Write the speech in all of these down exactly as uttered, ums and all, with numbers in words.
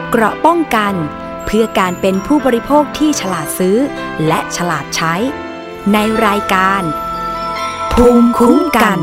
เกราะป้องกันเพื่อการเป็นผู้บริโภคที่ฉลาดซื้อและฉลาดใช้ในรายการภูมิคุ้มกัน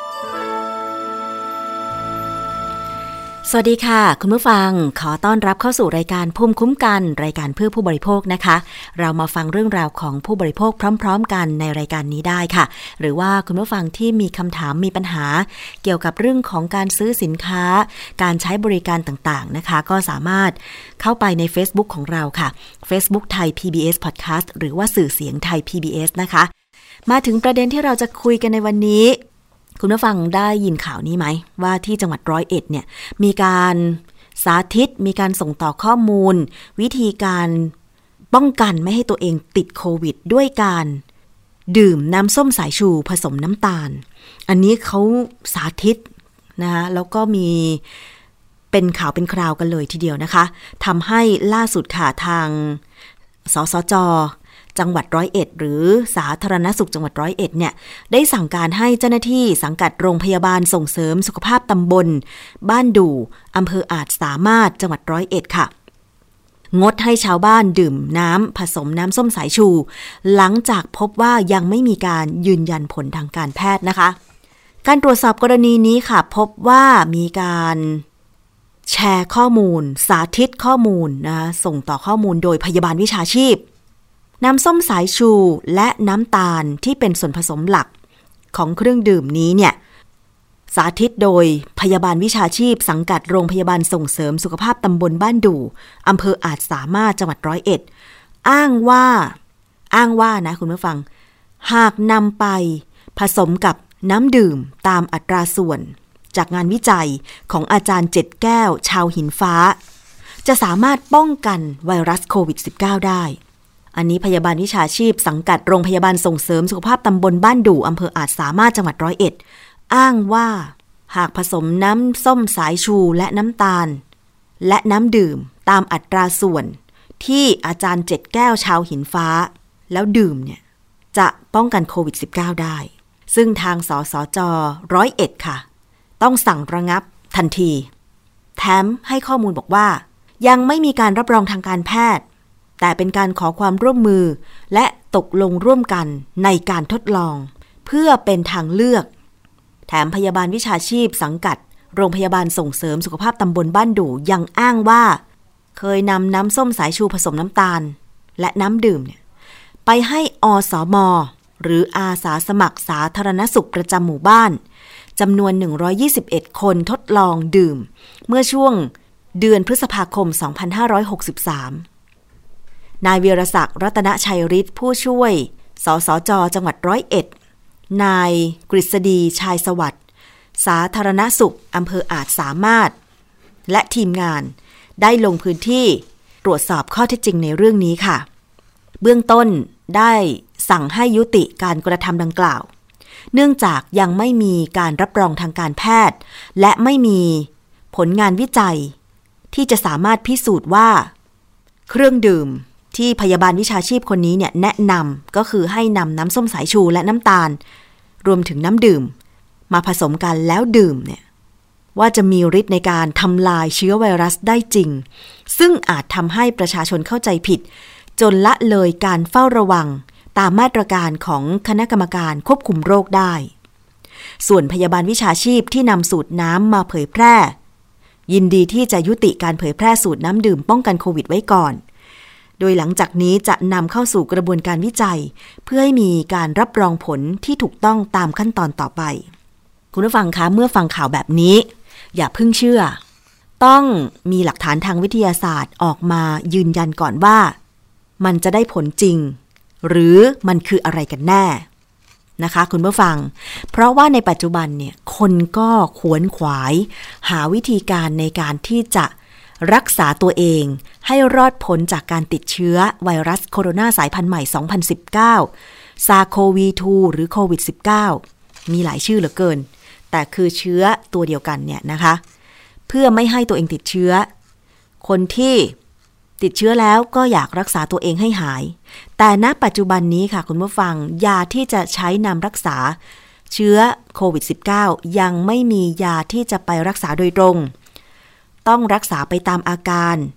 สวัสดีค่ะคุณผู้ฟังขอต้อนรับเข้าสู่รายการภูมิคุ้มกันรายการเพื่อผู้บริโภคนะคะเรามาฟังเรื่องราวของผู้บริโภคพร้อมๆกันในรายการนี้ได้ค่ะหรือว่าคุณผู้ฟังที่มีคำถามมีปัญหาเกี่ยวกับเรื่องของการซื้อสินค้าการใช้บริการต่างๆนะคะก็สามารถเข้าไปใน Facebook ของเราค่ะ Facebook ไทย พี บี เอส Podcast หรือว่าสื่อเสียงไทย พี บี เอส นะคะมาถึงประเด็นที่เราจะคุยกันในวันนี้คุณผู้ฟังได้ยินข่าวนี้ไหมว่าที่จังหวัดร้อยเอ็ดเนี่ยมีการสาธิตมีการส่งต่อข้อมูลวิธีการป้องกันไม่ให้ตัวเองติดโควิดด้วยการดื่มน้ำส้มสายชูผสมน้ำตาลอันนี้เขาสาธิตนะคะแล้วก็มีเป็นข่าวเป็นคราวกันเลยทีเดียวนะคะทำให้ล่าสุดค่ะทางสสจ.จังหวัดร้อยเอ็ดหรือสาธารณสุขจังหวัดร้อยเอ็ดเนี่ยได้สั่งการให้เจ้าหน้าที่สังกัดโรงพยาบาลส่งเสริมสุขภาพตำบลบ้านดู่อำเภออาจสามารถจังหวัดร้อยเอ็ดค่ะงดให้ชาวบ้านดื่มน้ำผสมน้ำส้มสายชูหลังจากพบว่ายังไม่มีการยืนยันผลทางการแพทย์นะคะการตรวจสอบกรณีนี้ค่ะพบว่ามีการแชร์ข้อมูลสาธิตข้อมูลนะคะส่งต่อข้อมูลโดยพยาบาลวิชาชีพน้ำส้มสายชูและน้ำตาลที่เป็นส่วนผสมหลักของเครื่องดื่มนี้เนี่ยสาธิตโดยพยาบาลวิชาชีพสังกัดโรงพยาบาลส่งเสริมสุขภาพตำบลบ้านดู่อำเภออาจสามารถจังหวัดร้อยเอ็ดอ้างว่าอ้างว่านะคุณผู้ฟังหากนำไปผสมกับน้ำดื่มตามอัตราส่วนจากงานวิจัยของอาจารย์เจ็ดแก้วชาวหินฟ้าจะสามารถป้องกันไวรัสโควิด สิบเก้า ได้อันนี้พยาบาลวิชาชีพสังกัดโรงพยาบาลส่งเสริมสุขภาพตำบลบ้านดู่อำเภออาจสามารถจังหวัดร้อยเอ็ดอ้างว่าหากผสมน้ำส้มสายชูและน้ำตาลและน้ำดื่มตามอัตราส่วนที่อาจารย์เจ็ดแก้วชาวหินฟ้าแล้วดื่มเนี่ยจะป้องกันโควิด สิบเก้า ได้ซึ่งทางสสจ.ร้อยเอ็ดค่ะต้องสั่งระงับทันทีแถมให้ข้อมูลบอกว่ายังไม่มีการรับรองทางการแพทย์แต่เป็นการขอความร่วมมือและตกลงร่วมกันในการทดลองเพื่อเป็นทางเลือกแถมพยาบาลวิชาชีพสังกัดโรงพยาบาลส่งเสริมสุขภาพตำบลบ้านดู่ยังอ้างว่าเคยนำน้ำส้มสายชูผสมน้ำตาลและน้ำดื่มเนี่ยไปให้อสม.หรืออาสาสมัครสาธารณสุขประจำหมู่บ้านจำนวนหนึ่งร้อยยี่สิบเอ็ดคนทดลองดื่มเมื่อช่วงเดือนพฤษภาคมสองพันห้าร้อยหกสิบสามนายวีรศักดิ์รัตนชัยฤทธิ์ผู้ช่วยสสจ.จังหวัดร้อยเอ็ดนายกฤษฎีชายสวัสดิ์สาธารณสุขอำเภออาจสามารถและทีมงานได้ลงพื้นที่ตรวจสอบข้อเท็จจริงในเรื่องนี้ค่ะเบื้องต้นได้สั่งให้ยุติการกระทำดังกล่าวเนื่องจากยังไม่มีการรับรองทางการแพทย์และไม่มีผลงานวิจัยที่จะสามารถพิสูจน์ว่าเครื่องดื่มที่พยาบาลวิชาชีพคนนี้เนี่ยแนะนำก็คือให้นำน้ำส้มสายชูและน้ำตาลรวมถึงน้ำดื่มมาผสมกันแล้วดื่มเนี่ยว่าจะมีฤทธิ์ในการทำลายเชื้อไวรัสได้จริงซึ่งอาจทำให้ประชาชนเข้าใจผิดจนละเลยการเฝ้าระวังตามมาตรการของคณะกรรมการควบคุมโรคได้ส่วนพยาบาลวิชาชีพที่นำสูตรน้ำมาเผยแพร่ยินดีที่จะยุติการเผยแพร่สูตรน้ำดื่มป้องกันโควิดไว้ก่อนโดยหลังจากนี้จะนำเข้าสู่กระบวนการวิจัยเพื่อให้มีการรับรองผลที่ถูกต้องตามขั้นตอนต่อไปคุณผู้ฟังคะเมื่อฟังข่าวแบบนี้อย่าเพิ่งเชื่อต้องมีหลักฐานทางวิทยาศาสตร์ออกมายืนยันก่อนว่ามันจะได้ผลจริงหรือมันคืออะไรกันแน่นะคะคุณผู้ฟังเพราะว่าในปัจจุบันเนี่ยคนก็ขวนขวายหาวิธีการในการที่จะรักษาตัวเองให้รอดพ้นจากการติดเชื้อไวรัสโคโรนาสายพันธุ์ใหม่สองพันสิบเก้า ซาร์โควี ทู หรือโควิด สิบเก้า มีหลายชื่อเหลือเกินแต่คือเชื้อตัวเดียวกันเนี่ยนะคะเพื่อไม่ให้ตัวเองติดเชื้อคนที่ติดเชื้อแล้วก็อยากรักษาตัวเองให้หายแต่ณปัจจุบันนี้ค่ะคุณผู้ฟังยาที่จะใช้นำรักษาเชื้อโควิด สิบเก้า ยังไม่มียาที่จะไปรักษาโดยตรงต้องรักษาไปตามอาการ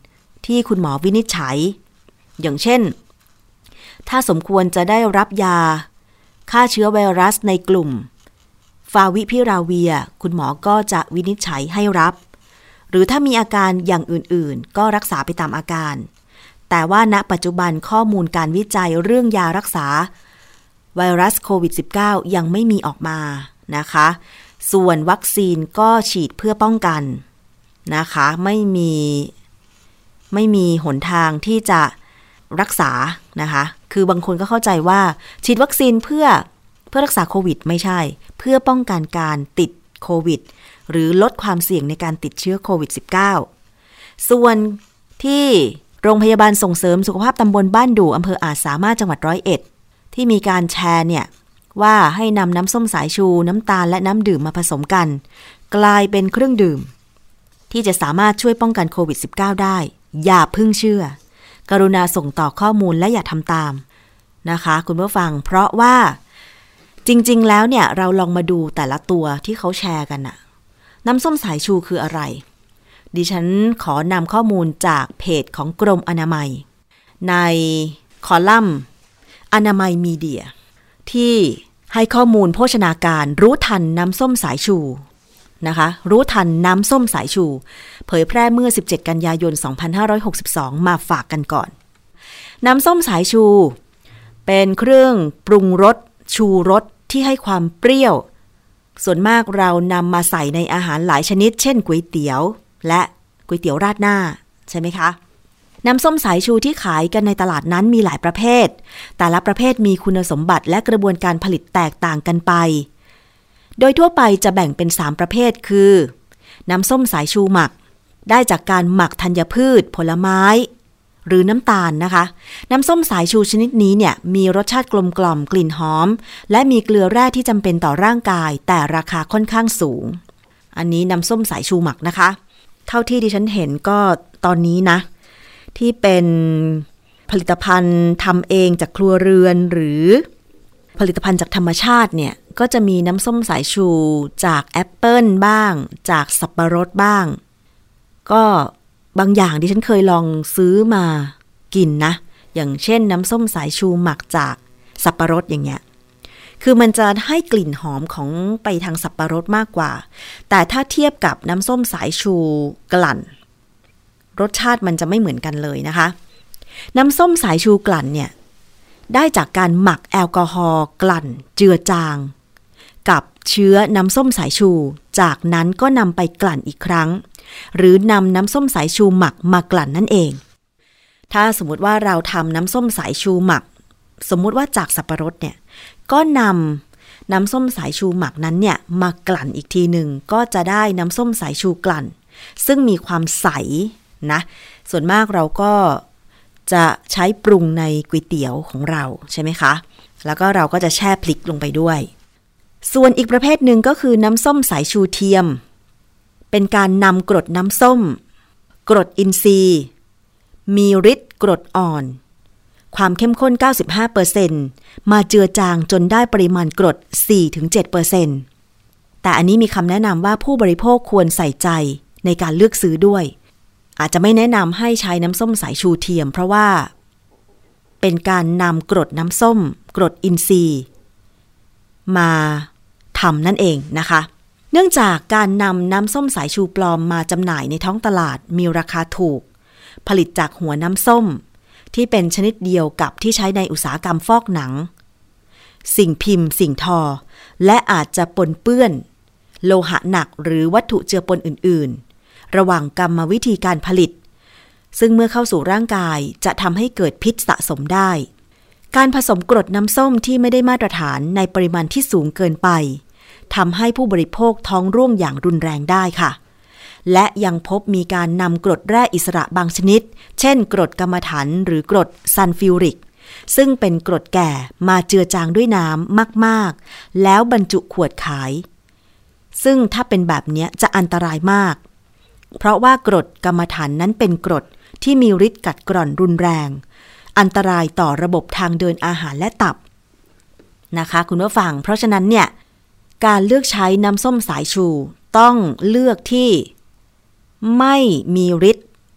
ที่คุณหมอวินิจฉัยอย่างเช่นถ้าสมควรจะได้รับยาฆ่าเชื้อไวรัสในกลุ่มฟาวิพิราเวียคุณหมอก็จะวินิจฉัยให้รับหรือถ้ามีอาการอย่างอื่นๆก็รักษาไปตามอาการแต่ว่าณปัจจุบันข้อมูลการวิจัยเรื่องยารักษาไวรัสโควิด สิบเก้า ยังไม่มีออกมานะคะส่วนวัคซีนก็ฉีดเพื่อป้องกันนะคะไม่มีไม่มีหนทางที่จะรักษานะคะคือบางคนก็เข้าใจว่าฉีดวัคซีนเพื่อเพื่อรักษาโควิดไม่ใช่เพื่อป้องกันการติดโควิดหรือลดความเสี่ยงในการติดเชื้อโควิด สิบเก้า ส่วนที่โรงพยาบาลส่งเสริมสุขภาพตำบลบ้านดู่อำเภออาจสามารถจังหวัดร้อยเอ็ดที่มีการแชร์เนี่ยว่าให้นำน้ำส้มสายชูน้ำตาลและน้ำดื่มมาผสมกันกลายเป็นเครื่องดื่มที่จะสามารถช่วยป้องกันโควิด สิบเก้า ได้อย่าพึ่งเชื่อกรุณาส่งต่อข้อมูลและอย่าทำตามนะคะคุณผู้ฟังเพราะว่าจริงๆแล้วเนี่ยเราลองมาดูแต่ละตัวที่เขาแชร์กันน่ะน้ำส้มสายชูคืออะไรดิฉันขอนำข้อมูลจากเพจของกรมอนามัยในคอลัมน์อนามัยมีเดียที่ให้ข้อมูลโภชนาการรู้ทันน้ำส้มสายชูนะคะรู้ทันน้ำส้มสายชูเผยแพร่เมื่อสิบเจ็ดกันยายนสองพันห้าร้อยหกสิบสองมาฝากกันก่อนน้ำส้มสายชูเป็นเครื่องปรุงรสชูรสที่ให้ความเปรี้ยวส่วนมากเรานำมาใส่ในอาหารหลายชนิดเช่นก๋วยเตี๋ยวและก๋วยเตี๋ยวราดหน้าใช่ไหมคะน้ำส้มสายชูที่ขายกันในตลาดนั้นมีหลายประเภทแต่ละประเภทมีคุณสมบัติและกระบวนการผลิตแตกต่างกันไปโดยทั่วไปจะแบ่งเป็นสามประเภทคือน้ำส้มสายชูหมักได้จากการหมักธัญพืชผลไม้หรือน้ำตาลนะคะน้ำส้มสายชูชนิดนี้เนี่ยมีรสชาติกลมกล่อมกลิ่นหอมและมีเกลือแร่ที่จำเป็นต่อร่างกายแต่ราคาค่อนข้างสูงอันนี้น้ำส้มสายชูหมักนะคะเท่าที่ดิฉันเห็นก็ตอนนี้นะที่เป็นผลิตภัณฑ์ทำเองจากครัวเรือนหรือผลิตภัณฑ์จากธรรมชาติเนี่ยก็จะมีน้ำส้มสายชูจากแอปเปิลบ้างจากสับปะรดบ้างก็บางอย่างดิฉันเคยลองซื้อมากินนะอย่างเช่นน้ำส้มสายชูหมักจากสับปะรดอย่างเงี้ยคือมันจะให้กลิ่นหอมของไปทางสับปะรดมากกว่าแต่ถ้าเทียบกับน้ำส้มสายชูกลั่นรสชาติมันจะไม่เหมือนกันเลยนะคะน้ำส้มสายชูกลั่นเนี่ยได้จากการหมักแอลกอฮอล์กลั่นเจือจางกับเชื้อน้ำส้มสายชูจากนั้นก็นำไปกลั่นอีกครั้งหรือนำน้ำส้มสายชูหมักมากลั่นนั่นเองถ้าสมมุติว่าเราทำน้ำส้มสายชูหมักสมมุติว่าจากสับปะรดเนี่ยก็นำน้ำส้มสายชูหมักนั้นเนี่ยมากลั่นอีกทีหนึ่งก็จะได้น้ำส้มสายชูกลั่นซึ่งมีความใสนะส่วนมากเราก็จะใช้ปรุงในก๋วยเตี๋ยวของเราใช่ไหมคะแล้วก็เราก็จะแช่พริกลงไปด้วยส่วนอีกประเภทหนึ่งก็คือน้ำส้มสายชูเทียมเป็นการนำกรดน้ำส้มกรดอินทรีย์มีฤทธิ์กรดอ่อนความเข้มข้น เก้าสิบห้าเปอร์เซ็นต์ มาเจือจางจนได้ปริมาณกรด สี่ถึงเจ็ดเปอร์เซ็นต์ แต่อันนี้มีคำแนะนำว่าผู้บริโภคควรใส่ใจในการเลือกซื้อด้วยอาจจะไม่แนะนำให้ใช้น้ำส้มสายชูเทียมเพราะว่าเป็นการนำกรดน้ำส้มกรดอินทรีย์มาทำนั่นเองนะคะเนื่องจากการนำน้ำส้มสายชูปลอมมาจำหน่ายในท้องตลาดมีราคาถูกผลิตจากหัวน้ำส้มที่เป็นชนิดเดียวกับที่ใช้ในอุตสาหกรรมฟอกหนังสิ่งพิมพ์สิ่งทอและอาจจะปนเปื้อนโลหะหนักหรือวัตถุเจือปนอื่นๆระหว่างกรรมวิธีการผลิตซึ่งเมื่อเข้าสู่ร่างกายจะทำให้เกิดพิษสะสมได้การผสมกรดน้ำส้มที่ไม่ได้มาตรฐานในปริมาณที่สูงเกินไปทำให้ผู้บริโภคท้องร่วงอย่างรุนแรงได้ค่ะและยังพบมีการนำกรดแร่อิสระบางชนิดเช่นกรดกรรมฐานหรือกรดซัลฟิวริกซึ่งเป็นกรดแก่มาเจือจางด้วยน้ำมากๆแล้วบรรจุขวดขายซึ่งถ้าเป็นแบบนี้จะอันตรายมากเพราะว่ากรดกรรมฐานนั้นเป็นกรดที่มีฤทธิ์กัดกร่อนรุนแรงอันตรายต่อระบบทางเดินอาหารและตับนะคะคุณผู้ฟังเพราะฉะนั้นเนี่ยการเลือกใช้น้ำส้มสายชูต้องเลือกที่ไม่มีฤทธิ์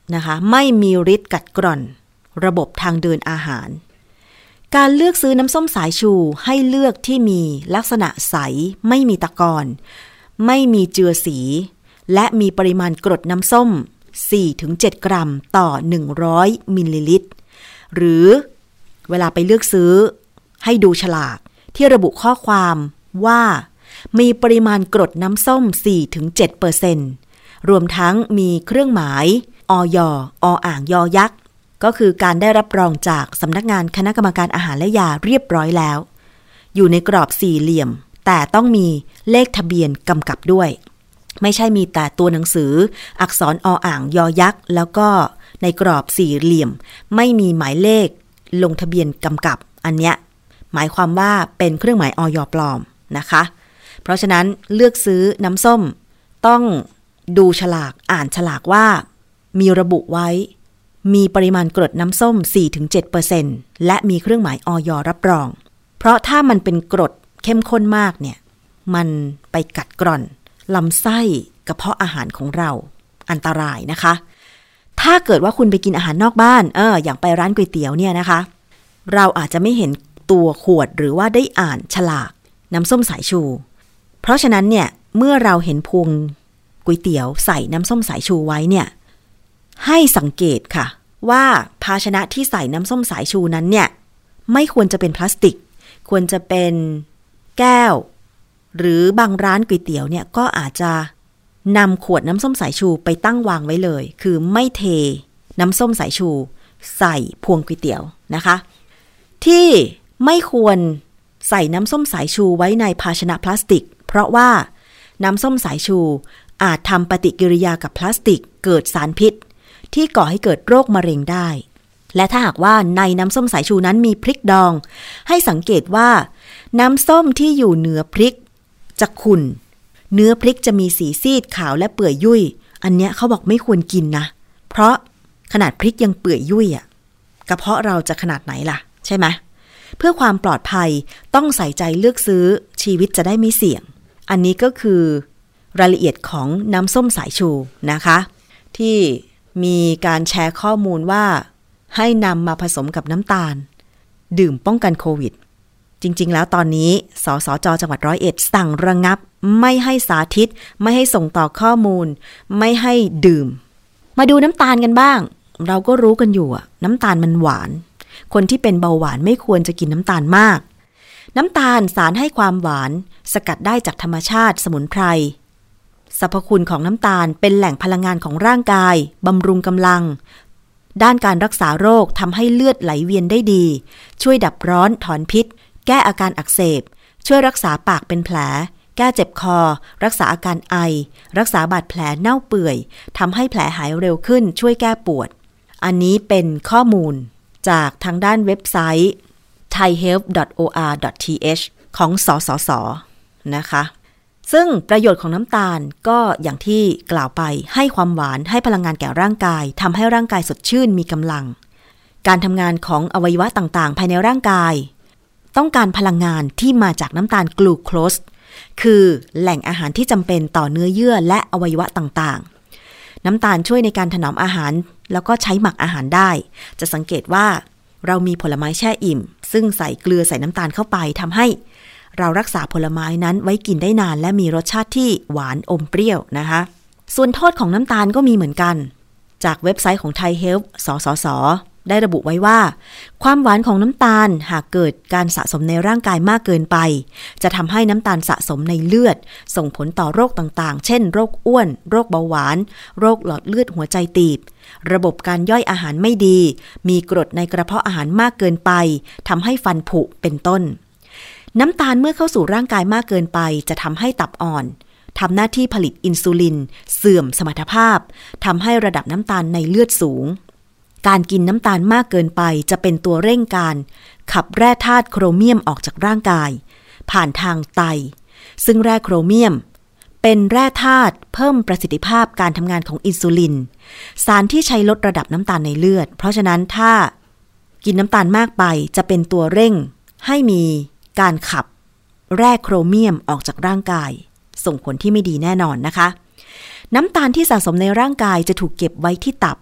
นะคะไม่มีฤทธิ์กัดกร่อนระบบทางเดินอาหารการเลือกซื้อน้ำส้มสายชูให้เลือกที่มีลักษณะใสไม่มีตะกอนไม่มีเจือสีและมีปริมาณกรดน้ำส้ม สี่ถึงเจ็ด กรัมต่อหนึ่งร้อยมิลลิลิตรหรือเวลาไปเลือกซื้อให้ดูฉลากที่ระบุข้อความว่ามีปริมาณกรดน้ำส้ม สี่ถึงเจ็ดเปอร์เซ็นต์ รวมทั้งมีเครื่องหมายอย ออ่างยอยักษ์ก็คือการได้รับรองจากสำนักงานคณะกรรมการอาหารและยาเรียบร้อยแล้วอยู่ในกรอบสี่เหลี่ยมแต่ต้องมีเลขทะเบียนกำกับด้วยไม่ใช่มีแต่ตัวหนังสืออักษรออ่างยอยักษ์แล้วก็ในกรอบสี่เหลี่ยมไม่มีหมายเลขลงทะเบียนกำกับอันเนี้ยหมายความว่าเป็นเครื่องหมายอย.ปลอมนะคะเพราะฉะนั้นเลือกซื้อน้ำส้มต้องดูฉลากอ่านฉลากว่ามีระบุไว้มีปริมาณกรดน้ำส้ม สี่ถึงเจ็ดเปอร์เซ็นต์ และมีเครื่องหมายอย.รับรองเพราะถ้ามันเป็นกรดเข้มข้นมากเนี่ยมันไปกัดกร่อนลำไส้กระเพาะอาหารของเราอันตรายนะคะถ้าเกิดว่าคุณไปกินอาหารนอกบ้านเอออย่างไปร้านก๋วยเตี๋ยวเนี่ยนะคะเราอาจจะไม่เห็นตัวขวดหรือว่าได้อ่านฉลากน้ำส้มสายชูเพราะฉะนั้นเนี่ยเมื่อเราเห็นพวงก๋วยเตี๋ยวใส่น้ำส้มสายชูไว้เนี่ยให้สังเกตค่ะว่าภาชนะที่ใส่น้ำส้มสายชูนั้นเนี่ยไม่ควรจะเป็นพลาสติกควรจะเป็นแก้วหรือบางร้านก๋วยเตี๋ยวเนี่ยก็อาจจะนำขวดน้ำส้มสายชูไปตั้งวางไว้เลยคือไม่เทน้ำส้มสายชูใส่พวงก๋วยเตี๋ยวนะคะที่ไม่ควรใส่น้ำส้มสายชูไว้ในภาชนะพลาสติกเพราะว่าน้ำส้มสายชูอาจทำปฏิกิริยากับพลาสติกเกิดสารพิษที่ก่อให้เกิดโรคมะเร็งได้และถ้าหากว่าในน้ำส้มสายชูนั้นมีพริกดองให้สังเกตว่าน้ำส้มที่อยู่เหนือพริกจะขุ่นเนื้อพริกจะมีสีซีดขาวและเปื่อยยุ่ยอันเนี้ยเขาบอกไม่ควรกินนะเพราะขนาดพริกยังเปื่อยยุ่ยอ่ะกระเพาะเราจะขนาดไหนล่ะใช่ไหมเพื่อความปลอดภัยต้องใส่ใจเลือกซื้อชีวิตจะได้ไม่เสี่ยงอันนี้ก็คือรายละเอียดของน้ำส้มสายชูนะคะที่มีการแชร์ข้อมูลว่าให้นำมาผสมกับน้ำตาลดื่มป้องกันโควิดจริงๆแล้วตอนนี้สสจ.จังหวัดร้อยเอ็ดสั่งระงับไม่ให้สาธิตไม่ให้ส่งต่อข้อมูลไม่ให้ดื่มมาดูน้ำตาลกันบ้างเราก็รู้กันอยู่อะน้ำตาลมันหวานคนที่เป็นเบาหวานไม่ควรจะกินน้ำตาลมากน้ำตาลสารให้ความหวานสกัดได้จากธรรมชาติสมุนไพรสรรพคุณของน้ำตาลเป็นแหล่งพลังงานของร่างกายบำรุงกำลังด้านการรักษาโรคทำให้เลือดไหลเวียนได้ดีช่วยดับร้อนถอนพิษแก้อาการอักเสบช่วยรักษาปากเป็นแผลแก้เจ็บคอรักษาอาการไอรักษาบาดแผลเน่าเปื่อยทำให้แผลหายเร็วขึ้นช่วยแก้ปวดอันนี้เป็นข้อมูลจากทางด้านเว็บไซต์ ไทยเฮลท์ ดอท โอ อาร์ ดอท ที เอช ของสสส.นะคะซึ่งประโยชน์ของน้ำตาลก็อย่างที่กล่าวไปให้ความหวานให้พลังงานแก่ร่างกายทำให้ร่างกายสดชื่นมีกำลังการทำงานของอวัยวะต่างๆภายในร่างกายต้องการพลังงานที่มาจากน้ำตาลกลูโคสคือแหล่งอาหารที่จำเป็นต่อเนื้อเยื่อและอวัยวะต่างๆน้ำตาลช่วยในการถนอมอาหารแล้วก็ใช้หมักอาหารได้จะสังเกตว่าเรามีผลไม้แช่อิ่มซึ่งใส่เกลือใส่น้ำตาลเข้าไปทำให้เรารักษาผลไม้นั้นไว้กินได้นานและมีรสชาติที่หวานอมเปรี้ยวนะคะส่วนโทษของน้ำตาลก็มีเหมือนกันจากเว็บไซต์ของ Thai Health สสส.ได้ระบุไว้ว่าความหวานของน้ำตาลหากเกิดการสะสมในร่างกายมากเกินไปจะทำให้น้ำตาลสะสมในเลือดส่งผลต่อโรคต่างๆเช่นโรคอ้วนโรคเบาหวานโรคหลอดเลือดหัวใจตีบระบบการย่อยอาหารไม่ดีมีกรดในกระเพาะอาหารมากเกินไปทำให้ฟันผุเป็นต้นน้ำตาลเมื่อเข้าสู่ร่างกายมากเกินไปจะทำให้ตับอ่อนทำหน้าที่ผลิตอินซูลินเสื่อมสมรรถภาพทำให้ระดับน้ำตาลในเลือดสูงการกินน้ำตาลมากเกินไปจะเป็นตัวเร่งการขับแร่ธาตุโครเมียมออกจากร่างกายผ่านทางไตซึ่งแร่โครเมียมเป็นแร่ธาตุเพิ่มประสิทธิภาพการทำงานของอินซูลินสารที่ใช้ลดระดับน้ำตาลในเลือดเพราะฉะนั้นถ้ากินน้ำตาลมากไปจะเป็นตัวเร่งให้มีการขับแร่โครเมียมออกจากร่างกายส่งผลที่ไม่ดีแน่นอนนะคะน้ำตาลที่สะสมในร่างกายจะถูกเก็บไว้ที่ตับ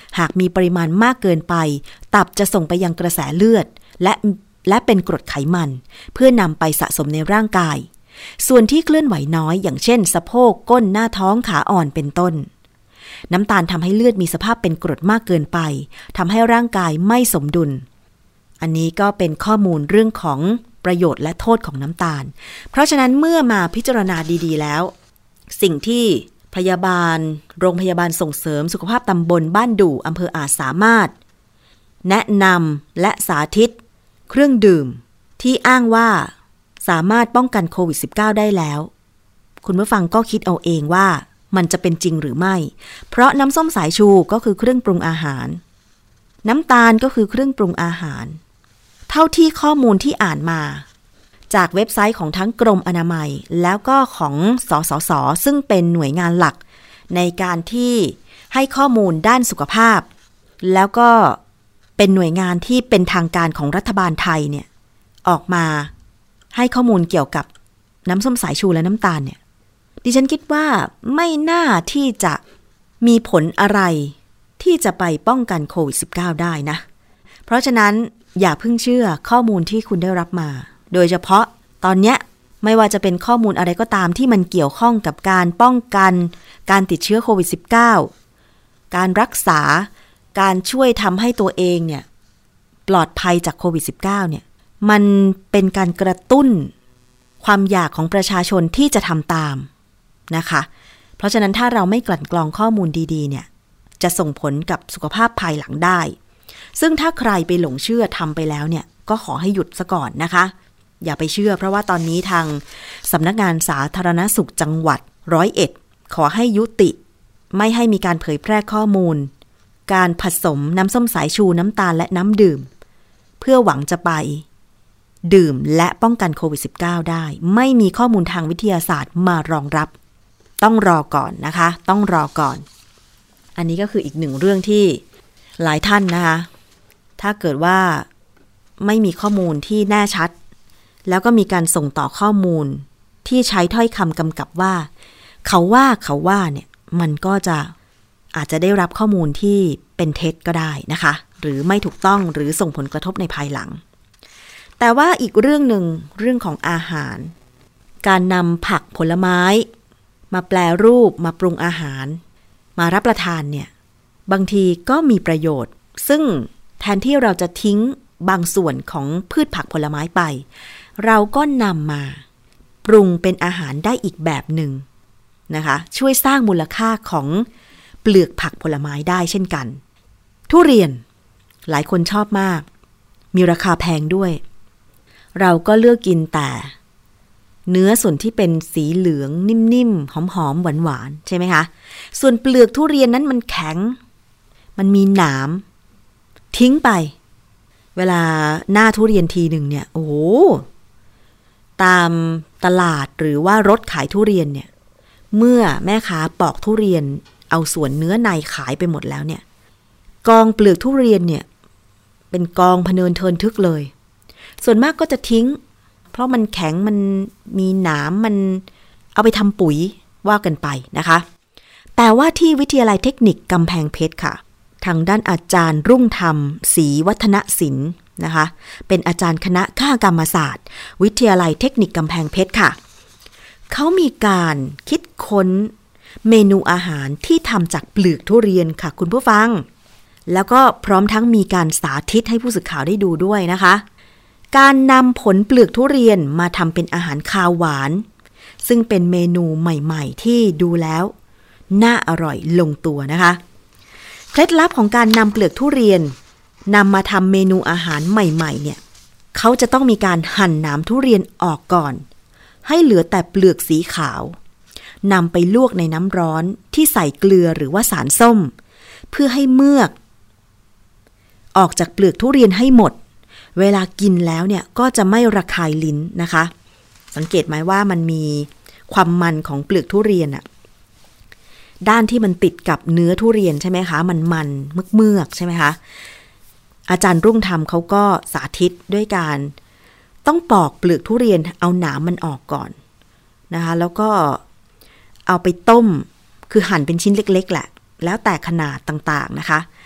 หากมีปริมาณมากเกินไปตับจะส่งไปยังกระแสเลือดและและเป็นกรดไขมันเพื่อนำไปสะสมในร่างกายส่วนที่เคลื่อนไหวน้อยอย่างเช่นสะโพกก้นหน้าท้องขาอ่อนเป็นต้นน้ำตาลทำให้เลือดมีสภาพเป็นกรดมากเกินไปทำให้ร่างกายไม่สมดุลอันนี้ก็เป็นข้อมูลเรื่องของประโยชน์และโทษของน้ำตาลเพราะฉะนั้นเมื่อมาพิจารณาดีๆแล้วสิ่งที่พยาบาลโรงพยาบาลส่งเสริมสุขภาพตำบลบ้านดู่อำเภออาจสามารถแนะนำและสาธิตเครื่องดื่มที่อ้างว่าสามารถป้องกันโควิด สิบเก้า ได้แล้วคุณผู้ฟังก็คิดเอาเองว่ามันจะเป็นจริงหรือไม่เพราะน้ำส้มสายชูก็คือเครื่องปรุงอาหารน้ำตาลก็คือเครื่องปรุงอาหารเท่าที่ข้อมูลที่อ่านมาจากเว็บไซต์ของทั้งกรมอนามัยแล้วก็ของสสส.ซึ่งเป็นหน่วยงานหลักในการที่ให้ข้อมูลด้านสุขภาพแล้วก็เป็นหน่วยงานที่เป็นทางการของรัฐบาลไทยเนี่ยออกมาให้ข้อมูลเกี่ยวกับน้ำส้มสายชูและน้ำตาลเนี่ยดิฉันคิดว่าไม่น่าที่จะมีผลอะไรที่จะไปป้องกันโควิด สิบเก้า ได้นะเพราะฉะนั้นอย่าเพิ่งเชื่อข้อมูลที่คุณได้รับมาโดยเฉพาะตอนนี้ไม่ว่าจะเป็นข้อมูลอะไรก็ตามที่มันเกี่ยวข้องกับการป้องกันการติดเชื้อโควิด สิบเก้า การรักษาการช่วยทำให้ตัวเองเนี่ยปลอดภัยจากโควิด สิบเก้า เนี่ยมันเป็นการกระตุ้นความอยากของประชาชนที่จะทำตามนะคะเพราะฉะนั้นถ้าเราไม่กลั่นกรองข้อมูลดีๆเนี่ยจะส่งผลกับสุขภาพภายหลังได้ซึ่งถ้าใครไปหลงเชื่อทำไปแล้วเนี่ยก็ขอให้หยุดซะก่อนนะคะอย่าไปเชื่อเพราะว่าตอนนี้ทางสำนักงานสาธารณสุขจังหวัดร้อยเอ็ดขอให้ยุติไม่ให้มีการเผยแพร่ข้อมูลการผสมน้ำส้มสายชูน้ำตาลและน้ำดื่มเพื่อหวังจะไปดื่มและป้องกันโควิด สิบเก้า ได้ไม่มีข้อมูลทางวิทยาศาสตร์มารองรับต้องรอก่อนนะคะต้องรอก่อนอันนี้ก็คืออีกหนึ่งเรื่องที่หลายท่านนะคะถ้าเกิดว่าไม่มีข้อมูลที่แน่ชัดแล้วก็มีการส่งต่อข้อมูลที่ใช้ถ้อยคำกำกับว่าเขาว่าเขาว่าเนี่ยมันก็จะอาจจะได้รับข้อมูลที่เป็นเท็จก็ได้นะคะหรือไม่ถูกต้องหรือส่งผลกระทบในภายหลังแต่ว่าอีกเรื่องหนึ่งเรื่องของอาหารการนำผักผลไม้มาแปรรูปมาปรุงอาหารมารับประทานเนี่ยบางทีก็มีประโยชน์ซึ่งแทนที่เราจะทิ้งบางส่วนของพืชผักผลไม้ไปเราก็นำมาปรุงเป็นอาหารได้อีกแบบหนึ่งนะคะช่วยสร้างมูลค่าของเปลือกผักผลไม้ได้เช่นกันทุเรียนหลายคนชอบมากมีราคาแพงด้วยเราก็เลือกกินแต่เนื้อส่วนที่เป็นสีเหลืองนิ่มๆหอมๆหวานๆใช่ไหมคะส่วนเปลือกทุเรียนนั้นมันแข็งมันมีหนามทิ้งไปเวลาหน้าทุเรียนทีหนึ่งเนี่ยโอ้โหตามตลาดหรือว่ารถขายทุเรียนเนี่ยเมื่อแม่ค้าปอกทุเรียนเอาส่วนเนื้อในขายไปหมดแล้วเนี่ยกองเปลือกทุเรียนเนี่ยเป็นกองพะเนินเทินทึกเลยส่วนมากก็จะทิ้งเพราะมันแข็งมันมีหนามมันเอาไปทำปุ๋ยว่ากันไปนะคะแต่ว่าที่วิทยาลัยเทคนิคกำแพงเพชรค่ะทางด้านอาจารย์รุ่งธรรมศรีวัฒนศิลป์นะคะเป็นอาจารย์คณะคกรรมศาสตร์วิทยาลัยเทคนิคกำแพงเพชรค่ะเขามีการคิดค้นเมนูอาหารที่ทำจากเปลือกทุเรียนค่ะคุณผู้ฟังแล้วก็พร้อมทั้งมีการสาธิตให้ผู้สื่อข่าวได้ดูด้วยนะคะการนำผลเปลือกทุเรียนมาทำเป็นอาหารคาวหวานซึ่งเป็นเมนูใหม่ๆที่ดูแล้วน่าอร่อยลงตัวนะคะเคล็ดลับของการนำเปลือกทุเรียนนำมาทำเมนูอาหารใหม่ๆเนี่ยเขาจะต้องมีการหั่นหนามทุเรียนออกก่อนให้เหลือแต่เปลือกสีขาวนำไปลวกในน้ำร้อนที่ใส่เกลือหรือว่าสารส้มเพื่อให้เมือกออกจากเปลือกทุเรียนให้หมดเวลากินแล้วเนี่ยก็จะไม่ระคายลิ้นนะคะสังเกตไหมว่ามันมีความมันของเปลือกทุเรียนอะด้านที่มันติดกับเนื้อทุเรียนใช่ไหมคะมันมันเมือกๆใช่ไหมคะอาจารย์รุ่งธรรมเขาก็สาธิตด้วยการต้องปอกเปลือกทุเรียนเอาหนามมันออกก่อนนะคะแล้วก็เอาไปต้มคือหั่นเป็นชิ้นเล็กๆแหละแล้วแต่ขนาดต่างๆนะคะ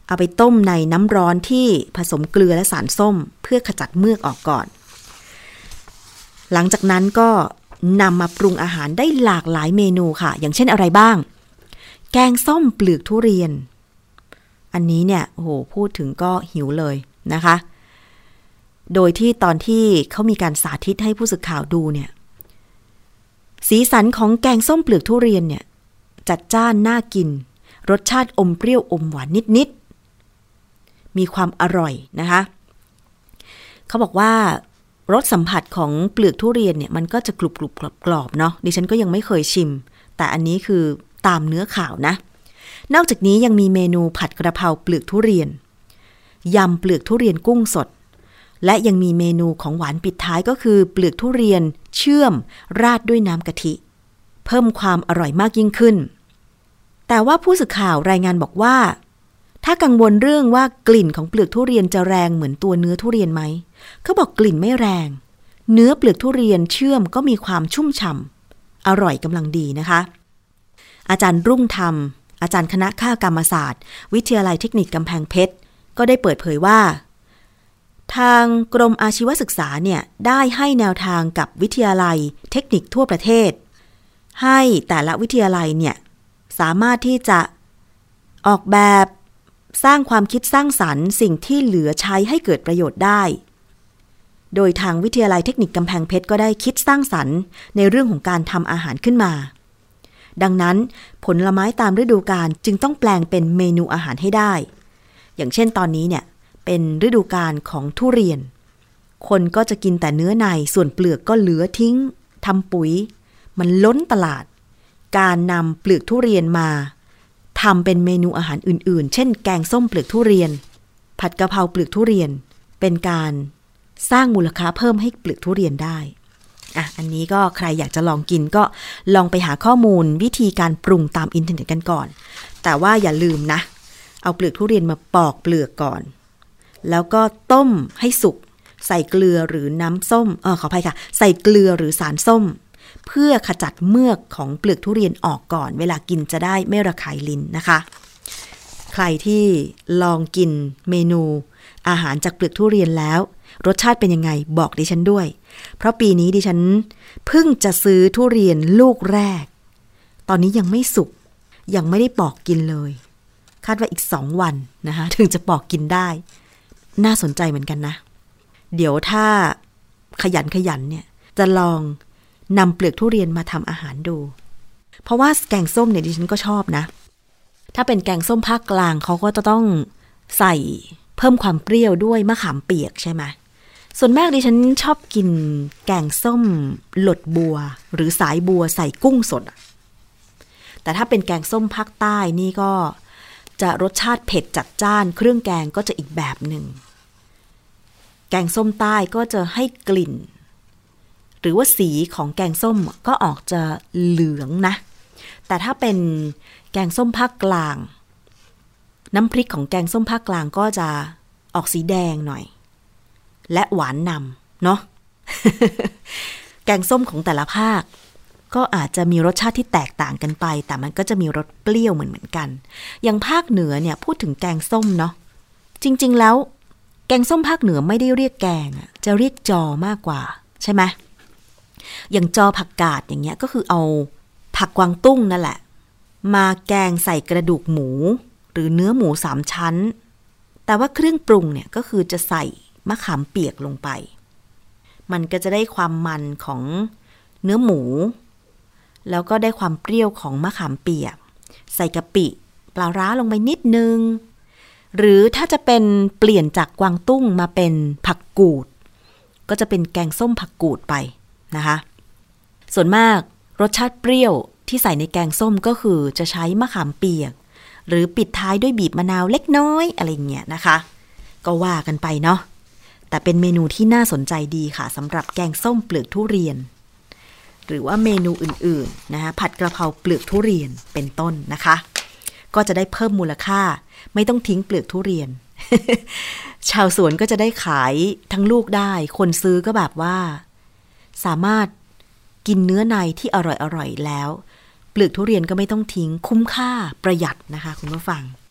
เอาไปต้มในน้ำร้อนที่ผสมเกลือและสารส้มเพื่อขจัดเมือกออกก่อนหลังจากนั้นก็นำมาปรุงอาหารได้หลากหลายเมนูค่ะอย่างเช่นอะไรบ้างแกงส้มเปลือกทุเรียนอันนี้เนี่ยโอ้โหพูดถึงก็หิวเลยนะคะโดยที่ตอนที่เขามีการสาธิตให้ผู้สื่อข่าวดูเนี่ยสีสันของแกงส้มเปลือกทุเรียนเนี่ยจัดจ้านน่ากินรสชาติอมเปรี้ยวอมหวานนิดๆมีความอร่อยนะคะเขาบอกว่ารสสัมผัสของเปลือกทุเรียนเนี่ยมันก็จะกรุบกรุบกรอบๆเนาะดิฉันก็ยังไม่เคยชิมแต่อันนี้คือตามเนื้อข่าวนะนอกจากนี้ยังมีเมนูผัดกระเพราเปลือกทุเรียนยำเปลือกทุเรียนกุ้งสดและยังมีเมนูของหวานปิดท้ายก็คือเปลือกทุเรียนเชื่อมราดด้วยน้ำกะทิเพิ่มความอร่อยมากยิ่งขึ้นแต่ว่าผู้สื่อข่าวรายงานบอกว่าถ้ากังวลเรื่องว่ากลิ่นของเปลือกทุเรียนจะแรงเหมือนตัวเนื้อทุเรียนไหมเขาบอกกลิ่นไม่แรงเนื้อเปลือกทุเรียนเชื่อมก็มีความชุ่มฉ่ำอร่อยกำลังดีนะคะอาจารย์รุ่งธรรมอาจารย์คณะข้ากรรมศาสตร์วิทยาลัยเทคนิคกำแพงเพชรก็ได้เปิดเผยว่าทางกรมอาชีวศึกษาเนี่ยได้ให้แนวทางกับวิทยาลัยเทคนิคทั่วประเทศให้แต่ละวิทยาลัยเนี่ยสามารถที่จะออกแบบสร้างความคิดสร้างสรรค์สิ่งที่เหลือใช้ให้เกิดประโยชน์ได้โดยทางวิทยาลัยเทคนิคกำแพงเพชรก็ได้คิดสร้างสรรค์ในเรื่องของการทำอาหารขึ้นมาดังนั้นผลไม้ตามฤดูกาลจึงต้องแปลงเป็นเมนูอาหารให้ได้อย่างเช่นตอนนี้เนี่ยเป็นฤดูกาลของทุเรียนคนก็จะกินแต่เนื้อในส่วนเปลือกก็เหลือทิ้งทำปุ๋ยมันล้นตลาดการนำเปลือกทุเรียนมาทำเป็นเมนูอาหารอื่นๆเช่นแกงส้มเปลือกทุเรียนผัดกะเพราเปลือกทุเรียนเป็นการสร้างมูลค่าเพิ่มให้เปลือกทุเรียนได้อ่ะอันนี้ก็ใครอยากจะลองกินก็ลองไปหาข้อมูลวิธีการปรุงตามอินเทอร์เน็ตกันก่อนแต่ว่าอย่าลืมนะเอาเปลือกทุเรียนมาปอกเปลือกก่อนแล้วก็ต้มให้สุกใส่เกลือหรือน้ำส้มเออขออภัยค่ะใส่เกลือหรือสารส้มเพื่อขจัดเมือกของเปลือกทุเรียนออกก่อนเวลากินจะได้ไม่ระคายลิ้นนะคะใครที่ลองกินเมนูอาหารจากเปลือกทุเรียนแล้วรสชาติเป็นยังไงบอกดิฉันด้วยเพราะปีนี้ดิฉันเพิ่งจะซื้อทุเรียนลูกแรกตอนนี้ยังไม่สุกยังไม่ได้ปอกกินเลยคาดว่าอีกสองวันนะคะถึงจะปอกกินได้น่าสนใจเหมือนกันนะเดี๋ยวถ้าขยันขยันเนี่ยจะลองนำเปลือกทุเรียนมาทำอาหารดูเพราะว่าแกงส้มเนี่ยดิฉันก็ชอบนะถ้าเป็นแกงส้มภาคกลางเขาก็จะต้องใส่เพิ่มความเปรี้ยวด้วยมะขามเปียกใช่ไหมส่วนมากดิฉันชอบกินแกงส้มหลดบัวหรือสายบัวใส่กุ้งสดแต่ถ้าเป็นแกงส้มภาคใต้นี่ก็จะรสชาติเผ็ดจัดจ้านเครื่องแกงก็จะอีกแบบหนึ่งแกงส้มใต้ก็จะให้กลิ่นหรือว่าสีของแกงส้มก็ออกจะเหลืองนะแต่ถ้าเป็นแกงส้มภาคกลางน้ำพริกของแกงส้มภาคกลางก็จะออกสีแดงหน่อยและหวานนำเนาะ แกงส้มของแต่ละภาคก็อาจจะมีรสชาติที่แตกต่างกันไปแต่มันก็จะมีรสเปรี้ยวเหมือนเหมือนกันอย่างภาคเหนือเนี่ยพูดถึงแกงส้มเนาะจริงๆแล้วแกงส้มภาคเหนือไม่ได้เรียกแกงอะจะเรียกจอมากกว่าใช่ไหมอย่างจอผักกาดอย่างเงี้ยก็คือเอาผักกวางตุ้งนั่นแหละมาแกงใส่กระดูกหมูหรือเนื้อหมูสามชั้นแต่ว่าเครื่องปรุงเนี่ยก็คือจะใส่มะขามเปียกลงไปมันก็จะได้ความมันของเนื้อหมูแล้วก็ได้ความเปรี้ยวของมะขามเปียกใส่กะปิปลาร้าลงไปนิดนึงหรือถ้าจะเป็นเปลี่ยนจากกวางตุ้งมาเป็นผักกูดก็จะเป็นแกงส้มผักกูดไปนะคะส่วนมากรสชาติเปรี้ยวที่ใส่ในแกงส้มก็คือจะใช้มะขามเปียกหรือปิดท้ายด้วยบีบมะนาวเล็กน้อยอะไรเงี้ยนะคะก็ว่ากันไปเนาะแต่เป็นเมนูที่น่าสนใจดีค่ะสำหรับแกงส้มเปลือกทุเรียนหรือว่าเมนูอื่นๆนะคะผัดกระเพราเปลือกทุเรียนเป็นต้นนะคะก็จะได้เพิ่มมูลค่าไม่ต้องทิ้งเปลือกทุเรียน ชาวสวนก็จะได้ขายทั้งลูกได้คนซื้อก็แบบว่าสามารถกินเนื้อในที่อร่อยๆแล้วเปลือกทุเรียนก็ไม่ต้องทิ้งคุ้มค่าประหยัดนะคะคุณผู้ฟัง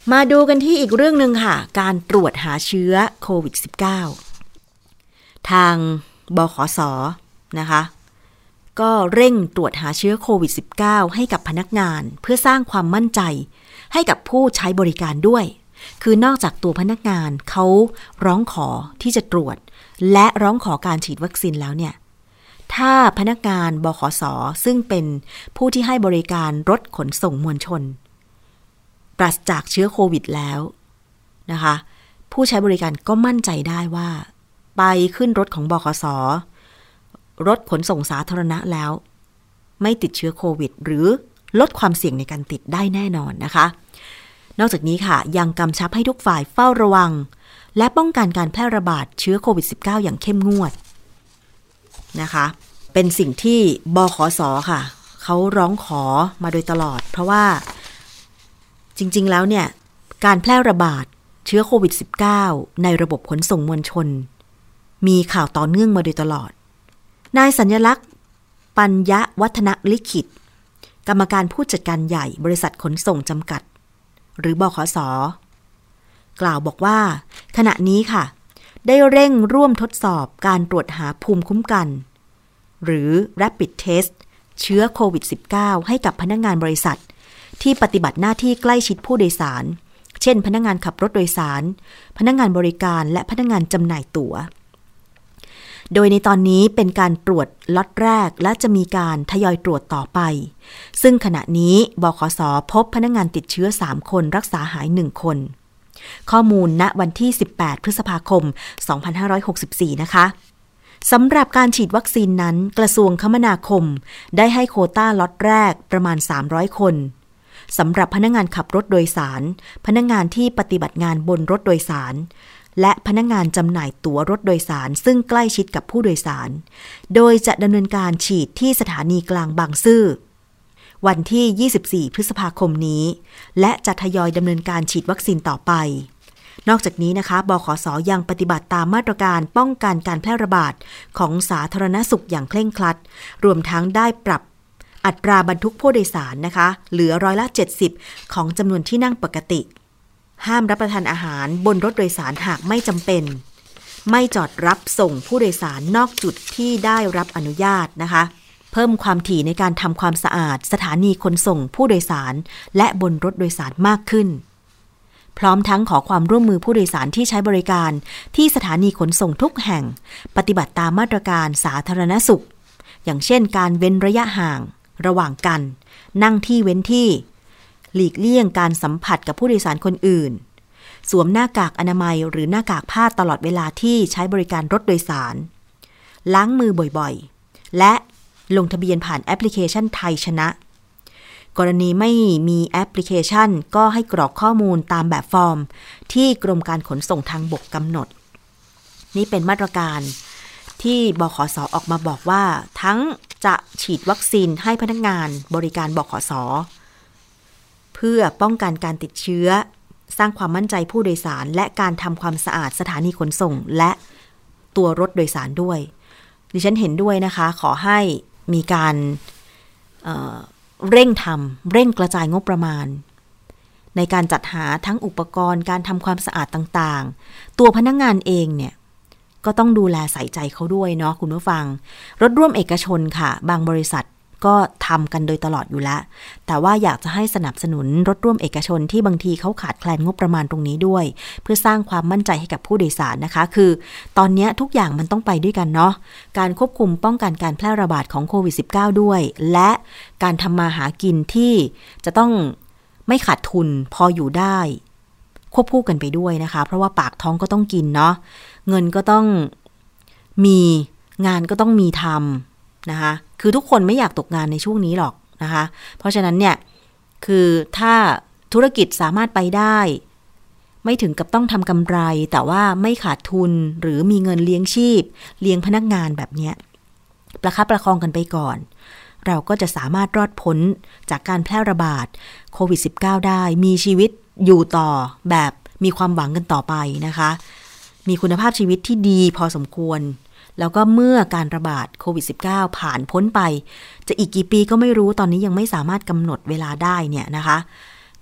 มาดูกันที่อีกเรื่องนึงค่ะการตรวจหาเชื้อโควิด สิบเก้า ทางบขส.นะคะก็เร่งตรวจหาเชื้อโควิด สิบเก้า ให้กับพนักงานเพื่อสร้างความมั่นใจให้กับผู้ใช้บริการด้วยคือนอกจากตัวพนักงานเขาร้องขอที่จะตรวจและร้องขอการฉีดวัคซีนแล้วเนี่ยถ้าพนักงานบขส.ซึ่งเป็นผู้ที่ให้บริการรถขนส่งมวลชนปราศจากเชื้อโควิดแล้วนะคะผู้ใช้บริการก็มั่นใจได้ว่าไปขึ้นรถของบขส.รถขนส่งสาธารณะแล้วไม่ติดเชื้อโควิดหรือลดความเสี่ยงในการติดได้แน่นอนนะคะนอกจากนี้ค่ะยังกำชับให้ทุกฝ่ายเฝ้าระวังและป้องกันการแพร่ระบาดเชื้อโควิด สิบเก้า อย่างเข้มงวดนะคะเป็นสิ่งที่บขส.ค่ะเขาร้องขอมาโดยตลอดเพราะว่าจริงๆแล้วเนี่ยการแพร่ระบาดเชื้อโควิด สิบเก้า ในระบบขนส่งมวลชนมีข่าวต่อเนื่องมาโดยตลอดนายสัญลักษณ์ปัญญวัฒนลิขิตกรรมการผู้จัดการใหญ่บริษัทขนส่งจำกัดหรือบขส.กล่าวบอกว่าขณะนี้ค่ะได้เร่งร่วมทดสอบการตรวจหาภูมิคุ้มกันหรือ Rapid Test เชื้อโควิด สิบเก้า ให้กับพนักงานบริษัทที่ปฏิบัติหน้าที่ใกล้ชิดผู้โดยสารเช่นพนักงานขับรถโดยสารพนักงานบริการและพนักงานจำหน่ายตั๋วโดยในตอนนี้เป็นการตรวจล็อตแรกและจะมีการทยอยตรวจต่อไปซึ่งขณะนี้บขส.พบพนักงานติดเชื้อสามคนรักษาหายหนึ่งคนข้อมูลณวันที่สิบแปดพฤษภาคมสองพันห้าร้อยหกสิบสี่นะคะสำหรับการฉีดวัคซีนนั้นกระทรวงคมนาคมได้ให้โควต้าล็อตแรกประมาณสามร้อยคนสำหรับพนักงานขับรถโดยสารพนักงานที่ปฏิบัติงานบนรถโดยสารและพนักงานจำหน่ายตั๋วรถโดยสารซึ่งใกล้ชิดกับผู้โดยสารโดยจะดำเนินการฉีดที่สถานีกลางบางซื่อวันที่ยี่สิบสี่พฤษภาคมนี้และจะทยอยดำเนินการฉีดวัคซีนต่อไปนอกจากนี้นะคะบขส.ยังปฏิบัติตามมาตรการป้องกันการแพร่ระบาดของสาธารณสุขอย่างเคร่งครัดรวมทั้งได้ปรับอัตราบรรทุกผู้โดยสารนะคะเหลือร้อยละเจ็ดสิบของจำนวนที่นั่งปกติห้ามรับประทานอาหารบนรถโดยสารหากไม่จำเป็นไม่จอดรับส่งผู้โดยสารนอกจุดที่ได้รับอนุญาตนะคะเพิ่มความถี่ในการทำความสะอาดสถานีขนส่งผู้โดยสารและบนรถโดยสารมากขึ้นพร้อมทั้งขอความร่วมมือผู้โดยสารที่ใช้บริการที่สถานีขนส่งทุกแห่งปฏิบัติตามมาตรการสาธารณสุขอย่างเช่นการเว้นระยะห่างระหว่างกันนั่งที่เว้นที่หลีกเลี่ยงการสัมผัสกับผู้โดยสารคนอื่นสวมหน้ากากอนามัยหรือหน้ากากผ้าตลอดเวลาที่ใช้บริการรถโดยสารล้างมือบ่อยๆและลงทะเบียนผ่านแอปพลิเคชันไทยชนะกรณีไม่มีแอปพลิเคชันก็ให้กรอกข้อมูลตามแบบฟอร์มที่กรมการขนส่งทางบกกำหนดนี่เป็นมาตรการที่บขส.ออกมาบอกว่าทั้งจะฉีดวัคซีนให้พนักงานบริการบขส.เพื่อป้องกันการติดเชื้อสร้างความมั่นใจผู้โดยสารและการทำความสะอาดสถานีขนส่งและตัวรถโดยสารด้วยดิฉันเห็นด้วยนะคะขอให้มีการเอ่อเร่งทำเร่งกระจายงบประมาณในการจัดหาทั้งอุปกรณ์การทำความสะอาดต่างๆตัวพนักงานเองเนี่ยก็ต้องดูแลใส่ใจเขาด้วยเนาะคุณผู้ฟังรถร่วมเอกชนค่ะบางบริษัทก็ทำกันโดยตลอดอยู่แล้วแต่ว่าอยากจะให้สนับสนุนรถร่วมเอกชนที่บางทีเขาขาดแคลนงบประมาณตรงนี้ด้วยเพื่อสร้างความมั่นใจให้กับผู้โดยสารนะคะคือตอนนี้ทุกอย่างมันต้องไปด้วยกันเนาะการควบคุมป้องกันการแพร่ระบาดของโควิด สิบเก้า ด้วยและการทำมาหากินที่จะต้องไม่ขาดทุนพออยู่ได้ควบคู่กันไปด้วยนะคะเพราะว่าปากท้องก็ต้องกินเนาะเงินก็ต้องมีงานก็ต้องมีทำนะคะคือทุกคนไม่อยากตกงานในช่วงนี้หรอกนะคะเพราะฉะนั้นเนี่ยคือถ้าธุรกิจสามารถไปได้ไม่ถึงกับต้องทำกำไรแต่ว่าไม่ขาดทุนหรือมีเงินเลี้ยงชีพเลี้ยงพนักงานแบบเนี้ยประคับประคองกันไปก่อนเราก็จะสามารถรอดพ้นจากการแพร่ระบาดโควิด สิบเก้า ได้มีชีวิตอยู่ต่อแบบมีความหวังกันต่อไปนะคะมีคุณภาพชีวิตที่ดีพอสมควรแล้วก็เมื่อการระบาดโควิด สิบเก้า ผ่านพ้นไปจะอีกกี่ปีก็ไม่รู้ตอนนี้ยังไม่สามารถกำหนดเวลาได้เนี่ยนะคะ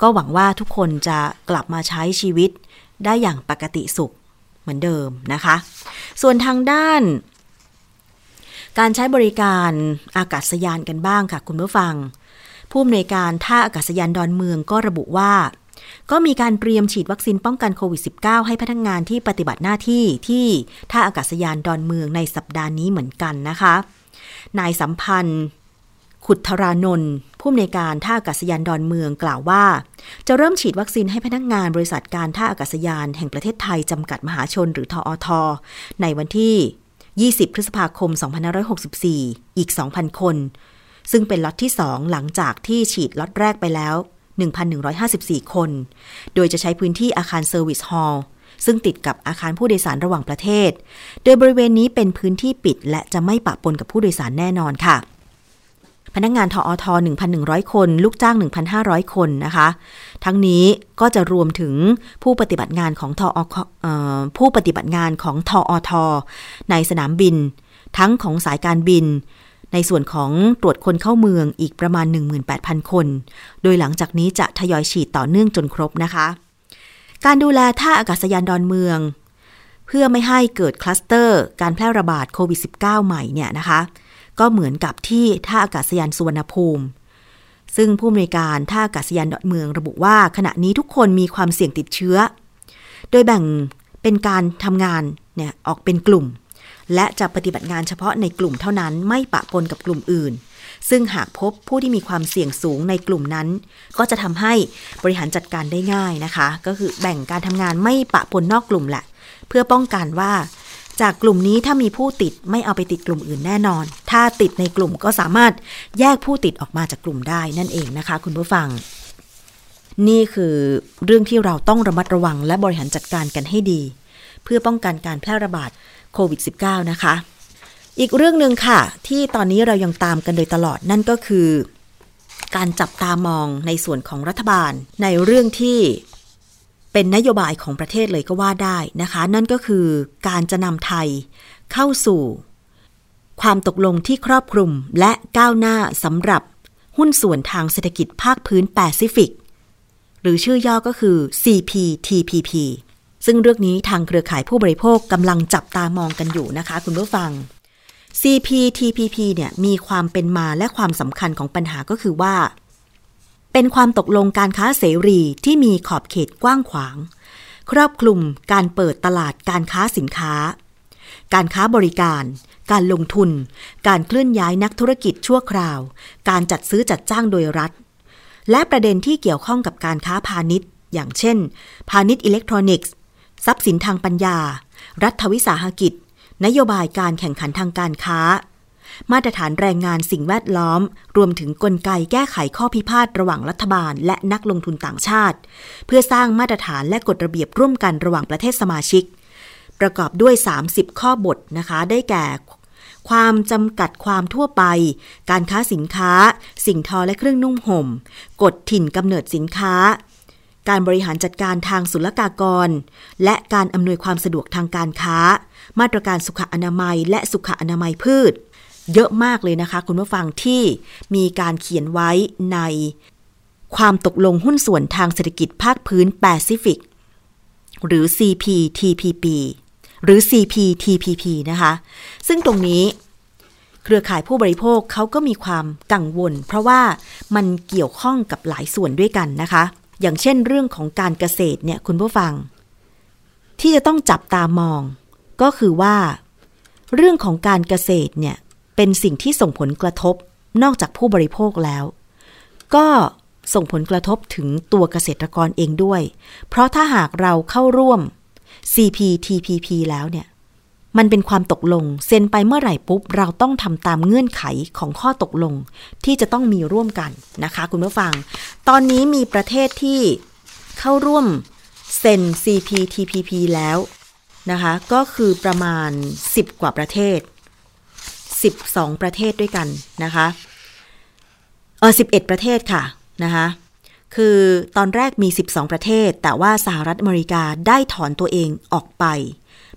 ก็หวังว่าทุกคนจะกลับมาใช้ชีวิตได้อย่างปกติสุขเหมือนเดิมนะคะส่วนทางด้านการใช้บริการอากาศยานกันบ้างค่ะคุณผู้ฟังผู้อำนวยการท่าอากาศยานดอนเมืองก็ระบุว่าก็มีการเตรียมฉีดวัคซีนป้องกันโควิด สิบเก้า ให้พนักงานที่ปฏิบัติหน้าที่ที่ท่าอากาศยานดอนเมืองในสัปดาห์นี้เหมือนกันนะคะนายสัมพันธ์ขุทธรานนท์ผู้อำนวยการท่าอากาศยานดอนเมืองกล่าวว่าจะเริ่มฉีดวัคซีนให้พนักงานบริษัทการท่าอากาศยานแห่งประเทศไทยจำกัดมหาชนหรือทอทในวันที่ยี่สิบพฤษภาคมสองพันห้าร้อยหกสิบสี่อีก สองพัน คนซึ่งเป็นล็อตที่สองหลังจากที่ฉีดล็อตแรกไปแล้ว หนึ่งพันหนึ่งร้อยห้าสิบสี่ คนโดยจะใช้พื้นที่อาคารเซอร์วิสฮอลล์ซึ่งติดกับอาคารผู้โดยสารระหว่างประเทศโดยบริเวณนี้เป็นพื้นที่ปิดและจะไม่ปะปนกับผู้โดยสารแน่นอนค่ะพนักงานทอท หนึ่งพันหนึ่งร้อย คนลูกจ้าง หนึ่งพันห้าร้อย คนนะคะทั้งนี้ก็จะรวมถึงผู้ปฏิบัติงานของทอเอ่อผู้ปฏิบัติงานของทอทในสนามบินทั้งของสายการบินในส่วนของตรวจคนเข้าเมืองอีกประมาณ หนึ่งหมื่นแปดพัน คนโดยหลังจากนี้จะทยอยฉีดต่อเนื่องจนครบนะคะการดูแลท่าอากาศยานดอนเมืองเพื่อไม่ให้เกิดคลัสเตอร์การแพร่ระบาดโควิด สิบเก้า ใหม่เนี่ยนะคะก็เหมือนกับที่ท่าอากาศยานสุวรรณภูมิซึ่งผู้อำนวยการท่าอากาศยานดอนเมืองระบุว่าขณะนี้ทุกคนมีความเสี่ยงติดเชื้อโดยแบ่งเป็นการทำงานเนี่ยออกเป็นกลุ่มและจะปฏิบัติงานเฉพาะในกลุ่มเท่านั้นไม่ปะปนกับกลุ่มอื่นซึ่งหากพบผู้ที่มีความเสี่ยงสูงในกลุ่มนั้นก็จะทำให้บริหารจัดการได้ง่ายนะคะก็คือแบ่งการทำงานไม่ปะปนนอกกลุ่มแหละเพื่อป้องกันว่าจากกลุ่มนี้ถ้ามีผู้ติดไม่เอาไปติดกลุ่มอื่นแน่นอนถ้าติดในกลุ่มก็สามารถแยกผู้ติดออกมาจากกลุ่มได้นั่นเองนะคะคุณผู้ฟังนี่คือเรื่องที่เราต้องระมัดระวังและบริหารจัดการกันให้ดีเพื่อป้องกันการแพร่ระบาดโควิด สิบเก้า นะคะอีกเรื่องนึงค่ะที่ตอนนี้เรายังตามกันโดยตลอดนั่นก็คือการจับตามองในส่วนของรัฐบาลในเรื่องที่เป็นนโยบายของประเทศเลยก็ว่าได้นะคะนั่นก็คือการจะนำไทยเข้าสู่ความตกลงที่ครอบคลุมและก้าวหน้าสำหรับหุ้นส่วนทางเศรษฐกิจภาคพื้นแปซิฟิกหรือชื่อย่อก็คือ ซี พี ที พี พี ซึ่งเรื่องนี้ทางเครือข่ายผู้บริโภคกำลังจับตามองกันอยู่นะคะคุณผู้ฟัง ซี พี ที พี พี เนี่ยมีความเป็นมาและความสำคัญของปัญหาก็คือว่าเป็นความตกลงการค้าเสรีที่มีขอบเขตกว้างขวางครอบคลุมการเปิดตลาดการค้าสินค้าการค้าบริการการลงทุนการเคลื่อนย้ายนักธุรกิจชั่วคราวการจัดซื้อจัดจ้างโดยรัฐและประเด็นที่เกี่ยวข้องกับการค้าพาณิชย์อย่างเช่นพาณิชย์อิเล็กทรอนิกส์ทรัพย์สินทางปัญญารัฐวิสาหกิจนโยบายการแข่งขันทางการค้ามาตรฐานแรงงานสิ่งแวดล้อมรวมถึงกลไกแก้ไขข้อพิพาทระหว่างรัฐบาลและนักลงทุนต่างชาติเพื่อสร้างมาตรฐานและกฎระเบียบร่วมกันระหว่างประเทศสมาชิกประกอบด้วยสามสิบข้อบทนะคะได้แก่ความจำกัดความทั่วไปการค้าสินค้าสิ่งทอและเครื่องนุ่งห่มกฎถิ่นกำเนิดสินค้าการบริหารจัดการทางศุลกากรและการอำนวยความสะดวกทางการค้ามาตรการสุขอนามัยและสุขอนามัยพืชเยอะมากเลยนะคะคุณผู้ฟังที่มีการเขียนไว้ในความตกลงหุ้นส่วนทางเศรษฐกิจภาคพื้นแปซิฟิกหรือ ซี พี ที พี พี หรือ ซี พี ที พี พี นะคะซึ่งตรงนี้เครือข่ายผู้บริโภคเขาก็มีความกังวลเพราะว่ามันเกี่ยวข้องกับหลายส่วนด้วยกันนะคะอย่างเช่นเรื่องของการเกษตรเนี่ยคุณผู้ฟังที่จะต้องจับตามองก็คือว่าเรื่องของการเกษตรเนี่ยเป็นสิ่งที่ส่งผลกระทบนอกจากผู้บริโภคแล้วก็ส่งผลกระทบถึงตัวเกษตรกรเองด้วยเพราะถ้าหากเราเข้าร่วม ซี พี ที พี พี แล้วเนี่ยมันเป็นความตกลงเซ็นไปเมื่อไหร่ปุ๊บเราต้องทำตามเงื่อนไขของข้อตกลงที่จะต้องมีร่วมกันนะคะคุณผู้ฟังตอนนี้มีประเทศที่เข้าร่วมเซ็น ซี พี ที พี พี แล้วนะคะก็คือประมาณสิบกว่าประเทศสิบสองประเทศด้วยกันนะคะเออสิบเอ็ดประเทศค่ะนะคะคือตอนแรกมีสิบสองประเทศแต่ว่าสหรัฐอเมริกาได้ถอนตัวเองออกไป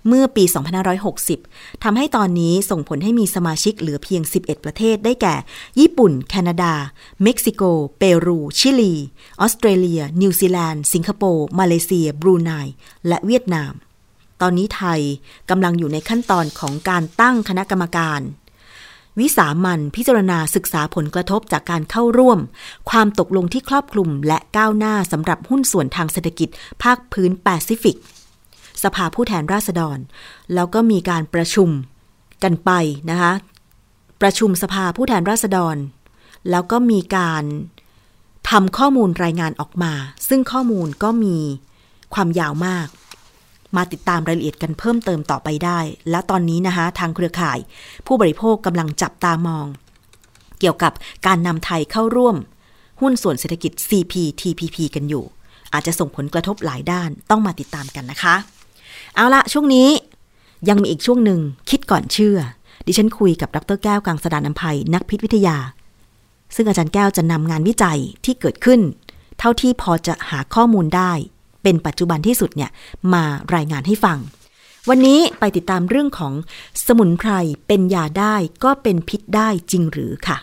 เมื่อปี สองพันห้าร้อยหกสิบ ทำให้ตอนนี้ส่งผลให้มีสมาชิกเหลือเพียง สิบเอ็ด ประเทศได้แก่ญี่ปุ่นแคนาดาเม็กซิโกเปรูชิลีออสเตรเลียนิวซีแลนด์สิงคโปร์มาเลเซียบรูไนและเวียดนามตอนนี้ไทยกำลังอยู่ในขั้นตอนของการตั้งคณะกรรมการวิสามัญพิจารณาศึกษาผลกระทบจากการเข้าร่วมความตกลงที่ครอบคลุมและก้าวหน้าสำหรับหุ้นส่วนทางเศรษฐกิจภาคพื้นแปซิฟิกสภาผู้แทนราษฎรแล้วก็มีการประชุมกันไปนะคะประชุมสภาผู้แทนราษฎรแล้วก็มีการทำข้อมูลรายงานออกมาซึ่งข้อมูลก็มีความยาวมากมาติดตามรายละเอียดกันเพิ่มเติมต่อไปได้และตอนนี้นะคะทางเครือข่ายผู้บริโภคกำลังจับตามองเกี่ยวกับการนำไทยเข้าร่วมหุ้นส่วนเศรษฐกิจ ซี พี ที พี พี กันอยู่อาจจะส่งผลกระทบหลายด้านต้องมาติดตามกันนะคะเอาละช่วงนี้ยังมีอีกช่วงหนึ่งคิดก่อนเชื่อดิฉันคุยกับดร.แก้วกังสดาลอำไพนักพิษวิทยาซึ่งอาจารย์แก้วจะนำงานวิจัยที่เกิดขึ้นเท่าที่พอจะหาข้อมูลได้เป็นปัจจุบันที่สุดเนี่ยมารายงานให้ฟังวันนี้ไปติดตามเรื่องของสมุนไพรเป็นยาได้ก็เป็นพิษได้จริงหรือค่ะ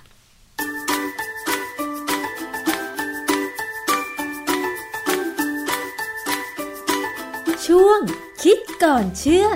ช่วงคิดก่อนเชื่อ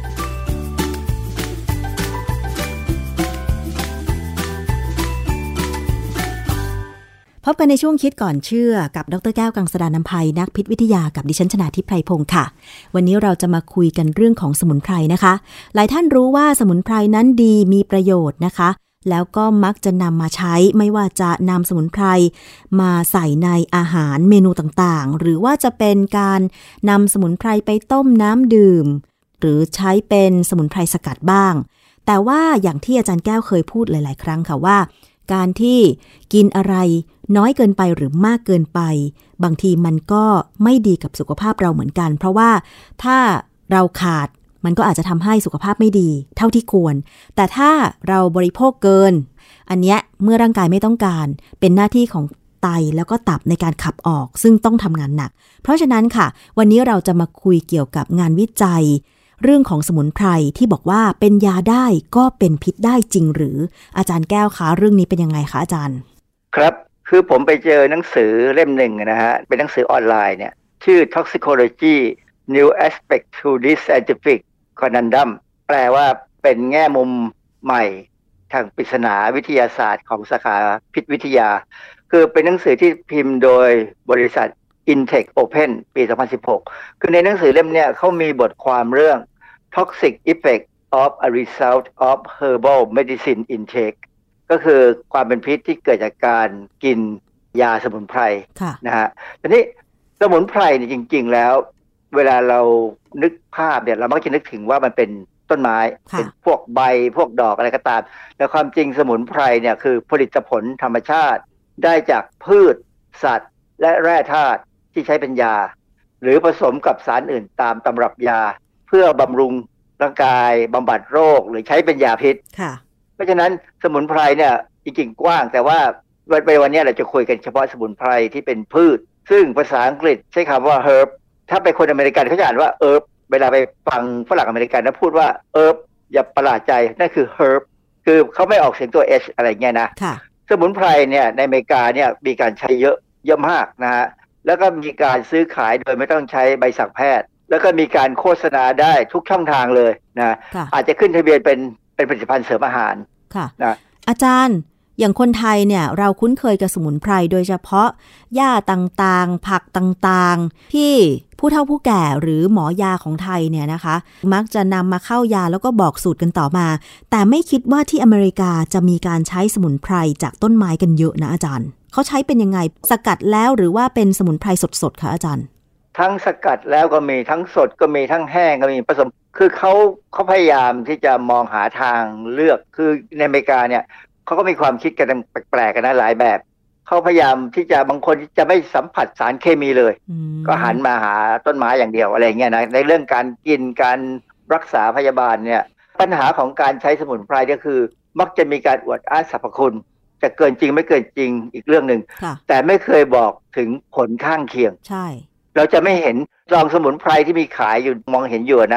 พบกันในช่วงคิดก่อนเชื่อกับดร.แก้วกังสดาลอำไพนักพิษวิทยากับดิฉันชนาธิปไพพงศ์ค่ะวันนี้เราจะมาคุยกันเรื่องของสมุนไพรนะคะหลายท่านรู้ว่าสมุนไพรนั้นดีมีประโยชน์นะคะแล้วก็มักจะนำมาใช้ไม่ว่าจะนำสมุนไพรมาใส่ในอาหารเมนูต่างๆหรือว่าจะเป็นการนำสมุนไพรไปต้มน้ำดื่มหรือใช้เป็นสมุนไพรสกัดบ้างแต่ว่าอย่างที่อาจารย์แก้วเคยพูดหลายๆครั้งค่ะว่าการที่กินอะไรน้อยเกินไปหรือมากเกินไปบางทีมันก็ไม่ดีกับสุขภาพเราเหมือนกันเพราะว่าถ้าเราขาดมันก็อาจจะทำให้สุขภาพไม่ดีเท่าที่ควรแต่ถ้าเราบริโภคเกินอันเนี้ยเมื่อร่างกายไม่ต้องการเป็นหน้าที่ของไตแล้วก็ตับในการขับออกซึ่งต้องทำงานหนักเพราะฉะนั้นค่ะวันนี้เราจะมาคุยเกี่ยวกับงานวิจัยเรื่องของสมุนไพรที่บอกว่าเป็นยาได้ก็เป็นพิษได้จริงหรืออาจารย์แก้วคะเรื่องนี้เป็นยังไงคะอาจารย์ครับคือผมไปเจอหนังสือเล่มหนึ่งนะฮะเป็นหนังสือออนไลน์เนี่ยชื่อ Toxicology New Aspect to this Scientific Conundrum แปลว่าเป็นแง่มุมใหม่ทางปริศนาวิทยาศาสตร์ของสาขาพิษวิทยาคือเป็นหนังสือที่พิมพ์โดยบริษัท Intech Open ปี สองพันสิบหก คือในหนังสือเล่มเนี้ยเขามีบทความเรื่อง Toxic Effect of a Result of Herbal Medicine Intake ก็คือความเป็นพิษที่เกิดจากการกินยาสมุนไพรนะฮะทีนี้สมุนไพรเนี่ยจริงๆแล้วเวลาเรานึกภาพเนี่ยเรามักจะนึกถึงว่ามันเป็นต้นไม้เป็นพวกใบพวกดอกอะไรก็ตามแต่ความจริงสมุนไพรเนี่ยคือผลิตผลธรรมชาติได้จากพืชสัตว์และแร่ธาตุที่ใช้เป็นยาหรือผสมกับสารอื่นตามตำรับยาเพื่อบำรุงร่างกายบำบัดโรคหรือใช้เป็นยาพิษเพราะฉะนั้นสมุนไพรเนี่ยจริงๆกว้างแต่ว่าวันนี้เราจะคุยกันเฉพาะสมุนไพรที่เป็นพืชซึ่งภาษาอังกฤษใช้คำว่า herb ถ้าเป็นคนอเมริกันเขาจะอ่านว่า herb เวลาไปฟังฝรั่งอเมริกันนะพูดว่า herb อย่าประหลาดใจนั่นคือ herb คือเขาไม่ออกเสียงตัว h อะไรเงี้ยนะสมุนไพรเนี่ยในอเมริกาเนี่ยมีการใช้เยอะเยอะมากนะฮะแล้วก็มีการซื้อขายโดยไม่ต้องใช้ใบสั่งแพทย์แล้วก็มีการโฆษณาได้ทุกช่องทางเลยนะอาจจะขึ้นทะเบียนเป็นเป็นผลิตภัณฑ์เสริมอาหารค่ะนะอาจารย์อย่างคนไทยเนี่ยเราคุ้นเคยกับสมุนไพรโดยเฉพาะหญ้าต่างๆผักต่างๆที่ผู้เฒ่าผู้แก่หรือหมอยาของไทยเนี่ยนะคะมักจะนำมาเข้ายาแล้วก็บอกสูตรกันต่อมาแต่ไม่คิดว่าที่อเมริกาจะมีการใช้สมุนไพรจากต้นไม้กันเยอะนะอาจารย์เขาใช้เป็นยังไงสกัดแล้วหรือว่าเป็นสมุนไพรสดๆคะอาจารย์ทั้งสกัดแล้วก็มีทั้งสดก็มีทั้งแห้งก็มีผสมคือเขาเขาพยายามที่จะมองหาทางเลือกคือในอเมริกาเนี่ยเขาก็มีความคิดกันแปลกๆกันนะหลายแบบเขาพยายามที่จะบางคนจะไม่สัมผัสสารเคมีเลยก็หันมาหาต้นไม้อย่างเดียวอะไรเงี้ยนะในเรื่องการกินการรักษาพยาบาลเนี่ยปัญหาของการใช้สมุนไพรก็คือมักจะมีการอวดอ้างสรรพคุณจะเกินจริงไม่เกินจริงอีกเรื่องนึงแต่ไม่เคยบอกถึงผลข้างเคียงใช่เราจะไม่เห็นซองสมุนไพรที่มีขายอยู่มองเห็นอยู่นะ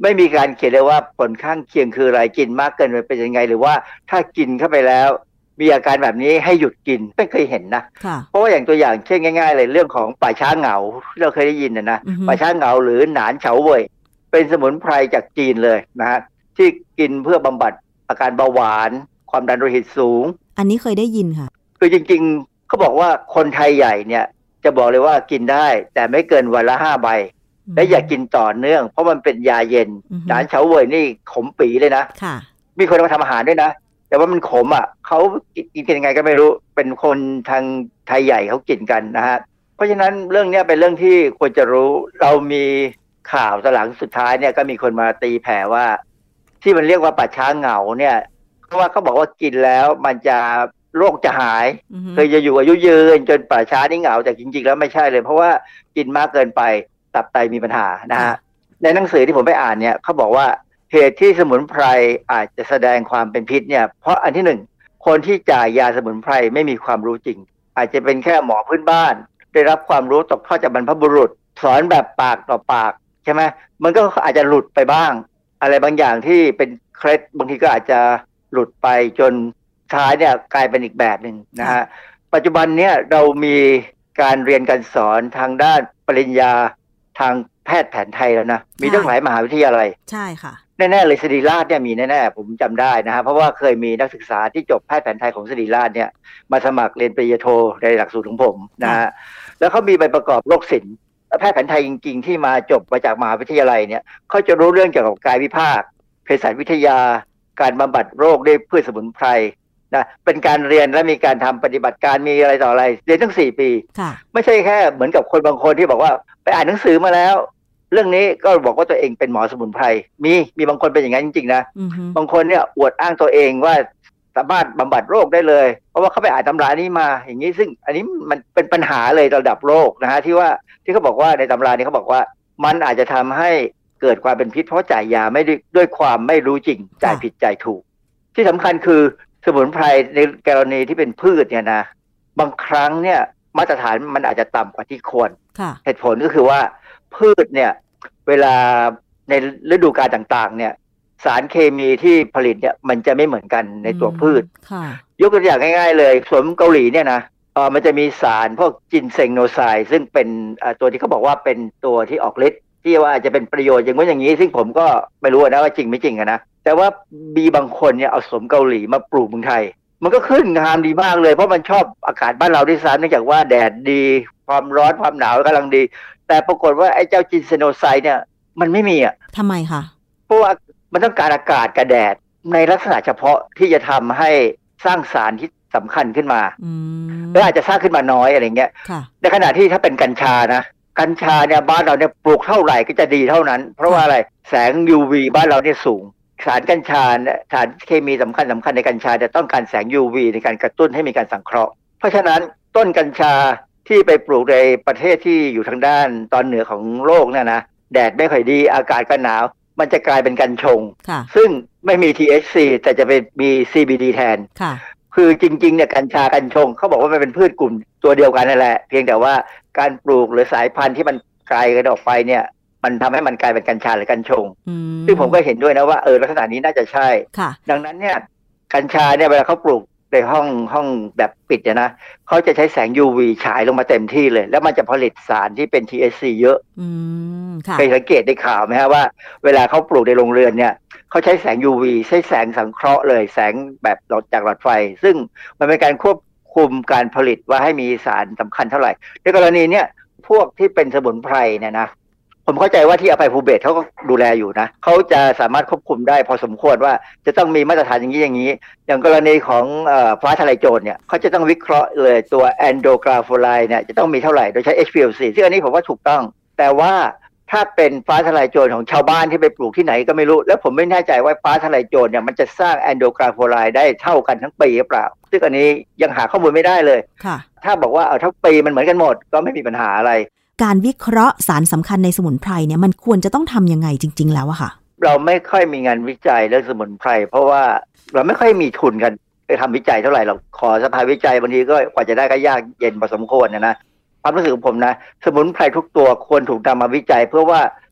ไม่มีการเขียนเลยว่าผลข้างเคียงคืออะไรกินมากเกินไปเป็นยังไงหรือว่าถ้ากินเข้าไปแล้วมีอาการแบบนี้ให้หยุดกินไม่เคยเห็นนะเพราะว่าอย่างตัวอย่างเช่นง่ายๆเลยเรื่องของป่าช้าเหงาที่เราเคยได้ยินนะนะป่าช้าเหงาหรือหนานเฉาเว่ยเป็นสมุนไพรจากจีนเลยนะฮะที่กินเพื่อบำบัดอาการเบาหวานความดันโลหิตสูงอันนี้เคยได้ยินค่ะคือจริงๆเขาบอกว่าคนไทยใหญ่เนี่ยจะบอกเลยว่ากินได้แต่ไม่เกินวันละห้าใบและอย่ากินต่อเนื่องเพราะมันเป็นยาเย็นหนานเฉาเว่ยนี่ขมปีเลยนะมีคนมาทำอาหารด้วยนะแต่ว่ามันขมอ่ะเขากินกันยังไงก็ไม่รู้เป็นคนทางไทยใหญ่เขากินกันนะฮะเพราะฉะนั้นเรื่องนี้เป็นเรื่องที่ควรจะรู้เรามีข่าวตอนหลังสุดท้ายเนี่ยก็มีคนมาตีแผ่ว่าที่มันเรียกว่าป่าช้าเหงาเนี่ยเพราะว่าเขาบอกว่ากินแล้วมันจะโรคจะหายเคยจะอยู่อายุยืนจนป่าช้านี่เหงาแต่จริงๆแล้วไม่ใช่เลยเพราะว่ากินมากเกินไปตับไตมีปัญหานะฮะในหนังสือที่ผมไปอ่านเนี่ยเขาบอกว่าเหตุที่สมุนไพรอาจจะแสดงความเป็นพิษเนี่ยเพราะอันที่หนึ่งคนที่จ่ายยาสมุนไพรไม่มีความรู้จริงอาจจะเป็นแค่หมอพื้นบ้านได้รับความรู้ตกทอดจากบรรพบุรุษสอนแบบปากต่อปากใช่ไหมมันก็อาจจะหลุดไปบ้างอะไรบางอย่างที่เป็นเคล็ดบางทีก็อาจจะหลุดไปจนท้ายเนี่ยกลายเป็นอีกแบบหนึ่งนะฮะปัจจุบันเนี่ยเรามีการเรียนการสอนทางด้านปริญญาทางแพทย์แผนไทยแล้วนะมีตั้งหลายมหาวิทยาลัยใช่ค่ะแน่ๆเลยศิริราชเนี่ยมีแน่ๆผมจำได้นะฮะเพราะว่าเคยมีนักศึกษาที่จบแพทย์แผนไทยของศิริราชเนี่ยมาสมัครเรียนปริญญาโทในหลักสูตรของผมนะฮะแล้วเขามีใบประกอบโรคศิลป์แพทย์แผนไทยจริงๆที่มาจบมาจากมหาวิทยาลัยเนี่ยเขาจะรู้เรื่องเกี่ยวกับกายวิภาคเภสัชวิทยาการบำบัดโรคด้วยพืชสมุนไพรนะเป็นการเรียนและมีการทำปฏิบัติการมีอะไรต่ออะไรเรียนตั้งสี่ปีไม่ใช่แค่เหมือนกับคนบางคนที่บอกว่าไปอ่านหนังสือมาแล้วเรื่องนี้ก็บอกว่าตัวเองเป็นหมอสมุนไพรมีมีบางคนเป็นอย่างนั้นจริงๆนะบางคนเนี่ยอวดอ้างตัวเองว่าสามารถบำบัดโรคได้เลยเพราะว่าเขาไปอ่านตำรานี้มาอย่างนี้ซึ่งอันนี้มันเป็นปัญหาเลยระดับโลกนะฮะที่ว่าที่เขาบอกว่าในตำรานี้เขาบอกว่ามันอาจจะทำให้เกิดความเป็นพิษเพราะจ่ายยาไม่ด้วยความไม่รู้จริงจ่ายผิดจ่ายถูกที่สำคัญคือสมุนไพรในกรณีที่เป็นพืชเนี่ยนะบางครั้งเนี่ยมาตรฐานมันอาจจะต่ำกว่าที่ควรเหตุผลก็คือว่าพืชเนี่ยเวลาในฤดูกาลต่างๆเนี่ยสารเคมีที่ผลิตเนี่ยมันจะไม่เหมือนกันในตัวพืชยกตัวอย่างง่ายๆเลยสวนเกาหลีเนี่ยนะเออมันจะมีสารพวกจินเซงโนไซด์ซึ่งเป็นตัวที่เขาบอกว่าเป็นตัวที่ออกฤทธิ์ที่ว่าจะเป็นประโยชน์อย่างนู้นอย่างนี้ซึ่งผมก็ไม่รู้นะว่าจริงไม่จริงนะแต่ว่ามีบางคนเนี่ยเอาสมเกาหลีมาปลูกเมืองไทยมันก็ขึ้นงามดีมากเลยเพราะมันชอบอากาศบ้านเราด้วยซ้ำเนื่องจากว่าแดดดีความร้อนความหนาวกำลังดีแต่ปรากฏว่าไอ้เจ้าจินเซโนไซด์เนี่ยมันไม่มีอ่ะทำไมคะเพราะว่ามันต้องการอากาศกับแดดในลักษณะเฉพาะที่จะทำให้สร้างสารที่สำคัญขึ้นมาและอาจจะสร้างขึ้นมาน้อยอะไรเงี้ยในขณะที่ถ้าเป็นกัญชานะกัญชาเนี่ยบ้านเราเนี่ยปลูกเท่าไหร่ก็จะดีเท่านั้นเพราะว่าอะไรแสง ยู วี บ้านเราเนี่ยสูงสารกัญชาสารเคมีสำคัญสำคัญในกัญชาจะต้องการแสง ยู วี ในการกระตุ้นให้มีการสังเคราะห์เพราะฉะนั้นต้นกัญชาที่ไปปลูกในประเทศที่อยู่ทางด้านตอนเหนือของโลกเนี่ยนะแดดไม่ค่อยดีอากาศก็หนาวมันจะกลายเป็นกัญชงซึ่งไม่มี ที เอช ซี แต่จะเป็นมี ซี บี ดี แทนคือจริงๆเนี่ยกัญชากัญชงเขาบอกว่ามันเป็นพืชกลุ่มตัวเดียวกันนั่นแหละเพียงแต่ว่าการปลูกหรือสายพันธุ์ที่มันไกลกันออกไปเนี่ยมันทำให้มันกลายเป็นกัญชาหรือกัญชงซึ่งผมก็เห็นด้วยนะว่าเออลักษณะนี้น่าจะใช่ดังนั้นเนี่ยกัญชาเนี่ยเวลาเขาปลูกในห้องห้องแบบปิดเนี่ยนะเขาจะใช้แสง ยู วี ฉายลงมาเต็มที่เลยแล้วมันจะผลิตสารที่เป็น ที เอช ซี เยอะเคยสังเกตในข่าวไหมฮะว่าเวลาเขาปลูกในโรงเรือนเนี่ยเขาใช้แสง ยู วี ใช้แสงสังเคราะห์เลยแสงแบบหลอดจากหลอดไฟซึ่งมันเป็นการควบคุมการผลิตว่าให้มีสารสำคัญเท่าไหร่ในกรณีเนี้ยพวกที่เป็นสมุนไพรเนี่ยนะผมเข้าใจว่าที่อภัยภูเบศเขาก็ดูแลอยู่นะเขาจะสามารถควบคุมได้พอสมควรว่าจะต้องมีมาตรฐานอย่างนี้อย่างนี้อย่างกรณีของเอ่อฟ้าทลายโจรเนี่ยเขาจะต้องวิเคราะห์เลยตัวแอนโดกราโฟไลน์เนี่ยจะต้องมีเท่าไหร่โดยใช้ เอช พี แอล ซี ซึ่งอันนี้ผมว่าถูกต้องแต่ว่าถ้าเป็นฟ้าทลายโจรของชาวบ้านที่ไปปลูกที่ไหนก็ไม่รู้แล้วผมไม่แน่ใจว่าฟ้าทลายโจรเนี่ยมันจะสร้างแอนโดกราโฟไลน์ได้เท่ากันทั้งปีหรือเปล่าซึ่งอันนี้ยังหาข้อมูลไม่ได้เลยถ้าบอกว่าเอาทั้งปีมันเหมือนกันหมดก็ไม่มีปัญหาอะไรการวิเคราะห์สารสำคัญในสมุนไพรเนี่ยมันควรจะต้องทำยังไงจริงๆแล้วอะค่ะเราไม่ค่อยมีงานวิจัยเรื่องสมุนไพรเพราะว่าเราไม่ค่อยมีทุนกันไปทำวิจัยเท่าไหร่เราขอสภาวิจัยบางทีก็กว่าจะได้ก็ยากเย็นพอสมควรนะนะความรู้สึกของผมนะสมุนไพรทุกตัวควรถูกนำมาวิจัยเพื่อว่า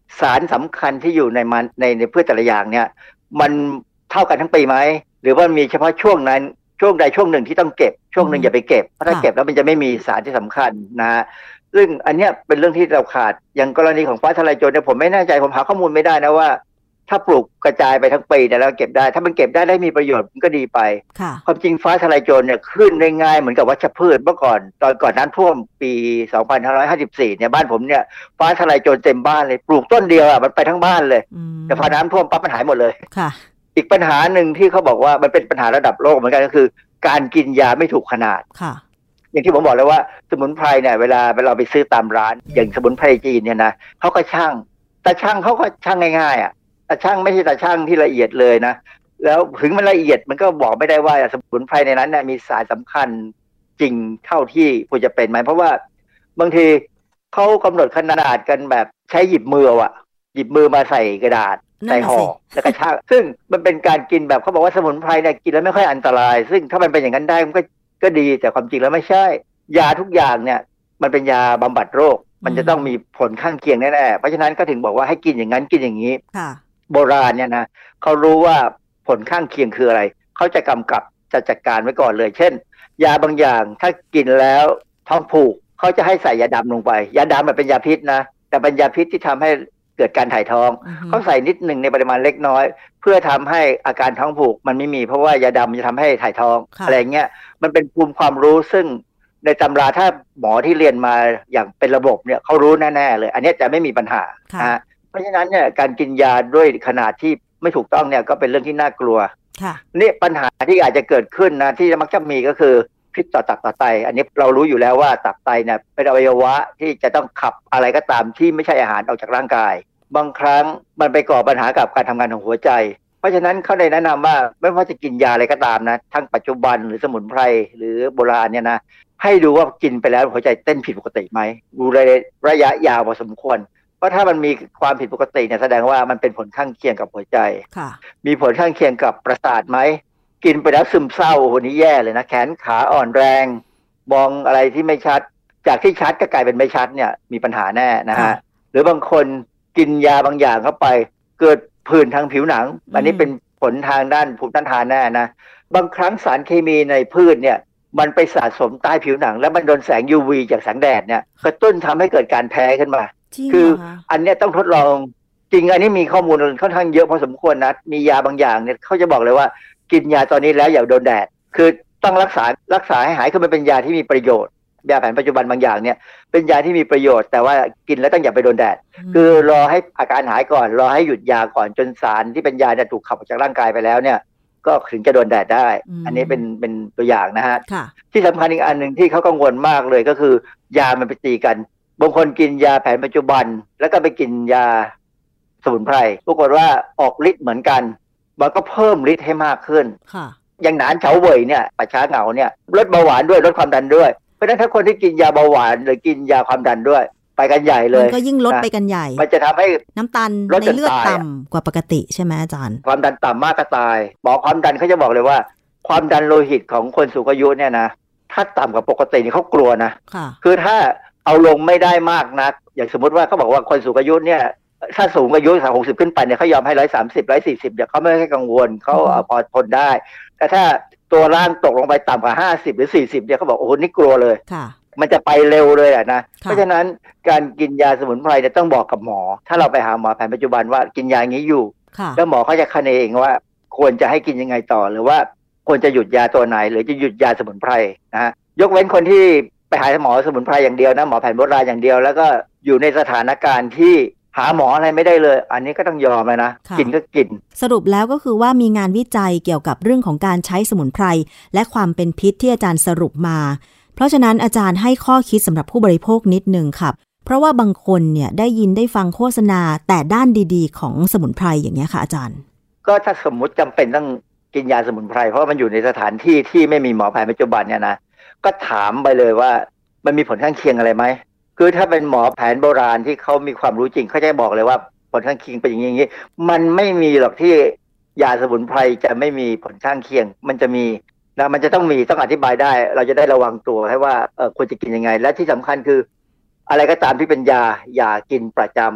สารสำคัญที่อยู่ในมันในในพืชแต่ละอย่างเนี่ยมันเท่ากันทั้งปีไหมหรือว่ามีเฉพาะช่วงนั้นช่วงใดช่วงหนึ่งที่ต้องเก็บช่วงหนึ่งอย่าไปเก็บเพราะถ้าเก็บแล้วมันจะไม่มีสารที่สำคัญนะฮะซึ่งอันเนี้ยเป็นเรื่องที่เราขาดอย่างกรณีของฟ้าทลายโจรเนี่ยผมไม่แน่ใจผมหาข้อมูลไม่ได้นะว่าถ้าปลูกกระจายไปทั้งปีเนี่ยแล้วเก็บได้ถ้ามันเก็บได้ได้มีประโยชน์มันก็ดีไปความจริงฟ้าทลายโจรเนี่ยขึ้นได้ง่ายเหมือนกับวัชพืชเมื่อก่อนตอนก่อนน้ำท่วมปีสองพันห้าร้อยห้าสิบสี่เนี่ยบ้านผมเนี่ยฟ้าทลายโจรเต็มบ้านเลยปลูกต้นเดียวอ่ะมันไปทั้งบ้านเลยแต่พอน้ำท่วมปั๊บมันหายหมดเลยค่ะอีกปัญหาหนึ่งที่เขาบอกว่ามันเป็นปัญหาระดับโลกเหมือนกันก็คือการกินยาไม่ถูกขนาดค่ะอย่างที่ผมบอกเลยว่าสมุนไพรเนี่ยเวลาเราไปซื้อตามร้านอย่างสมุนไพรจีนเนี่ยนะเขาก็ช่างแต่ช่างเขาก็ช่างง่ายๆอ่ะแต่ช่างไม่ใช่แต่ช่างที่ละเอียดเลยนะแล้วถึงมันละเอียดมันก็บอกไม่ได้ว่าสมุนไพรในนั้นเนี่ยมีสารสำคัญจริงเท่าที่ควรจะเป็นไหมเพราะว่าบางทีเขากำหนดขนาดกันแบบใช้หยิบมืออ่ะหยิบมือมาใส่กระดาษใส่ห่อแล้วก็ช่างซึ่งมันเป็นการกินแบบเขาบอกว่าสมุนไพรเนี่ยกินแล้วไม่ค่อยอันตรายซึ่งถ้ามันเป็นอย่างนั้นได้มันก็ก็ดีแต่ความจริงแล้วไม่ใช่ยาทุกอย่างเนี่ยมันเป็นยาบำบัดโรคมันจะต้องมีผลข้างเคียงแน่ๆเพราะฉะนั้นก็ถึงบอกว่าให้กินอย่างนั้นกินอย่างนี้โบราณเนี่ยนะเขารู้ว่าผลข้างเคียงคืออะไรเขาจะกำกับจะจัดการไว้ก่อนเลยเช่นยาบางอย่างถ้ากินแล้วท้องผูกเขาจะให้ใส่ยาดำลงไปยาดำมันเป็นยาพิษนะแต่เป็นยาพิษที่ทำให้เกิดการถ่ายท้อง uh-huh. เขาใส่นิดหนึ่งในปริมาณเล็กน้อยเพื่อทำให้อาการท้องผูกมันไม่มีเพราะว่ายาดำจะทำให้ถ่ายท้อง uh-huh. อะไรเงี้ยมันเป็นภูมิความรู้ซึ่งในตำราถ้าหมอที่เรียนมาอย่างเป็นระบบเนี่ยเขารู้แน่ๆเลยอันนี้จะไม่มีปัญหา uh-huh. นะเพราะฉะนั้นเนี่ยการกินยาด้วยขนาดที่ไม่ถูกต้องเนี่ยก็เป็นเรื่องที่น่ากลัว uh-huh. นี่ปัญหาที่อาจจะเกิดขึ้นนะที่มักจะมีก็คือพิษต่อตับต่อไตอันนี้เรารู้อยู่แล้วว่าตับไตเนี่ยเป็นอวัยวะที่จะต้องขับอะไรก็ตามที่ไม่ใช่อาหารออกจากร่างกายบางครั้งมันไปก่อปัญหากับการทำงานของหัวใจเพราะฉะนั้นเขาได้แนะนำว่าไม่ว่าจะกินยาอะไรก็ตามนะทั้งปัจจุบันหรือสมุนไพรหรือโบราณเนี่ยนะให้ดูว่ากินไปแล้วหัวใจเต้นผิดปกติไหมดูระยะยาวพอสมควรเพราะถ้ามันมีความผิดปกติเนี่ยแสดงว่ามันเป็นผลข้างเคียงกับหัวใจมีผลข้างเคียงกับประสาทไหมกินไปแล้วซึมเศร้าโอ้โหนี่แย่เลยนะแขนขาอ่อนแรงมองอะไรที่ไม่ชัดจากที่ชัดก็กลายเป็นไม่ชัดเนี่ยมีปัญหาแน่นะฮะหรือบางคนกินยาบางอย่างเข้าไปเกิดผื่นทางผิวหนังอันนี้เป็นผลทางด้านภูมิต้านทานแน่นะบางครั้งสารเคมีในพืชเนี่ยมันไปสะสมใต้ผิวหนังแล้วมันโดนแสง ยู วี จากแสงแดดเนี่ยกระตุ้นทำให้เกิดการแพ้ขึ้นมาคืออันนี้ต้องทดลองจริงอันนี้มีข้อมูลค่อนข้างเยอะพอสมควรนะมียาบางอย่างเนี่ยเขาจะบอกเลยว่ากินยาตอนนี้แล้วอย่าโดนแดดคือต้องรักษารักษาให้หายคือมันเป็นยาที่มีประโยชน์ยาแผนปัจจุบันบางอย่างเนี่ยเป็นยาที่มีประโยชน์แต่ว่ากินแล้วต้องอย่าไปโดนแดดคือรอให้อาการหายก่อนรอให้หยุดยาก่อนจนสารที่เป็นยาจะถูกขับออกจากร่างกายไปแล้วเนี่ยก็ถึงจะโดนแดดได้อันนี้เป็นเป็นตัวอย่างนะฮะที่สำคัญอีกอันหนึ่งที่เขากังวลมากเลยก็คือยามันไปตีกันบางคนกินยาแผนปัจจุบันแล้วก็ไปกินยาสมุนไพรปรากฏว่าออกฤทธิ์เหมือนกันมันก็เพิ่มฤทธิ์ให้มากขึ้นอย่างหนานเฉาเว่ยเนี่ยป่าช้าเหงาเนี่ยลดเบาหวานด้วยลดความดันด้วยเพราะฉะนั้นถ้าคนที่กินยาเบาหวานหรือกินยาความดันด้วยไปกันใหญ่เลยมันก็ยิ่งลดไปกันใหญ่มันจะทำให้น้ำตาลในเลือดต่ำกว่าปกติใช่ไหมอาจารย์ความดันต่ำมากก็ตายหมอความดันเขาจะบอกเลยว่าความดันโลหิตของคนสูงอายุเนี่ยนะถ้าต่ำกว่าปกตินี่เขากลัวนะคือถ้าเอาลงไม่ได้มากนักอย่างสมมติว่าเขาบอกว่าคนสูงอายุเนี่ยถ้าสูงอายุหกสิบขึ้นไปเนี่ยเขายอมให้หนึ่งร้อยสามสิบ หนึ่งร้อยสี่สิบเนี่ยเขาไม่ให้กังวลเขาพอทนได้แต่ถ้าตัวร่างตกลงไปต่ำกว่าห้าสิบหรือสี่สิบเนี่ยเขาบอกโอ้โหนี่กลัวเลยมันจะไปเร็วเลยอ่ะนะเพราะฉะนั้นการกินยาสมุนไพรเนี่ยต้องบอกกับหมอถ้าเราไปหาหมอแผนปัจจุบันว่ากินยาอย่างนี้อยู่แล้วหมอเขาจะคะเนเองว่าควรจะให้กินยังไงต่อหรือว่าควรจะหยุดยาตัวไหนหรือจะหยุดยาสมุนไพรนะฮะยกเว้นคนที่ไปหาหมอสมุนไพรอย่างเดียวนะหมอแผนโบราณอย่างเดียวแล้วก็อยู่ในสถานการณ์ที่หาหมออะไรไม่ได้เลยอันนี้ก็ต้องยอมเลยนะกินก็กินสรุปแล้วก็คือว่ามีงานวิจัยเกี่ยวกับเรื่องของการใช้สมุนไพรและความเป็นพิษที่อาจารย์สรุปมาเพราะฉะนั้นอาจารย์ให้ข้อคิดสำหรับผู้บริโภคนิดนึงครับเพราะว่าบางคนเนี่ยได้ยินได้ฟังโฆษณาแต่ด้านดีๆของสมุนไพรอย่างนี้ค่ะอาจารย์ก็ถ้าสมมุติจำเป็นต้องกินยาสมุนไพรเพราะมันอยู่ในสถานที่ที่ไม่มีหมอแผนปัจจุบันเนี่ยนะก็ถามไปเลยว่ามันมีผลข้างเคียงอะไรไหมคือถ้าเป็นหมอแผนโบราณที่เขามีความรู้จริงเขาจะบอกเลยว่าผลข้างเคียงเป็นอย่างนี้มันไม่มีหรอกที่ยาสมุนไพรจะไม่มีผลข้างเคียงมันจะมีนะมันจะต้องมีต้องอธิบายได้เราจะได้ระวังตัวให้ว่าเออควรจะกินยังไงและที่สำคัญคืออะไรก็ตามที่เป็นยาอย่ากินประจำ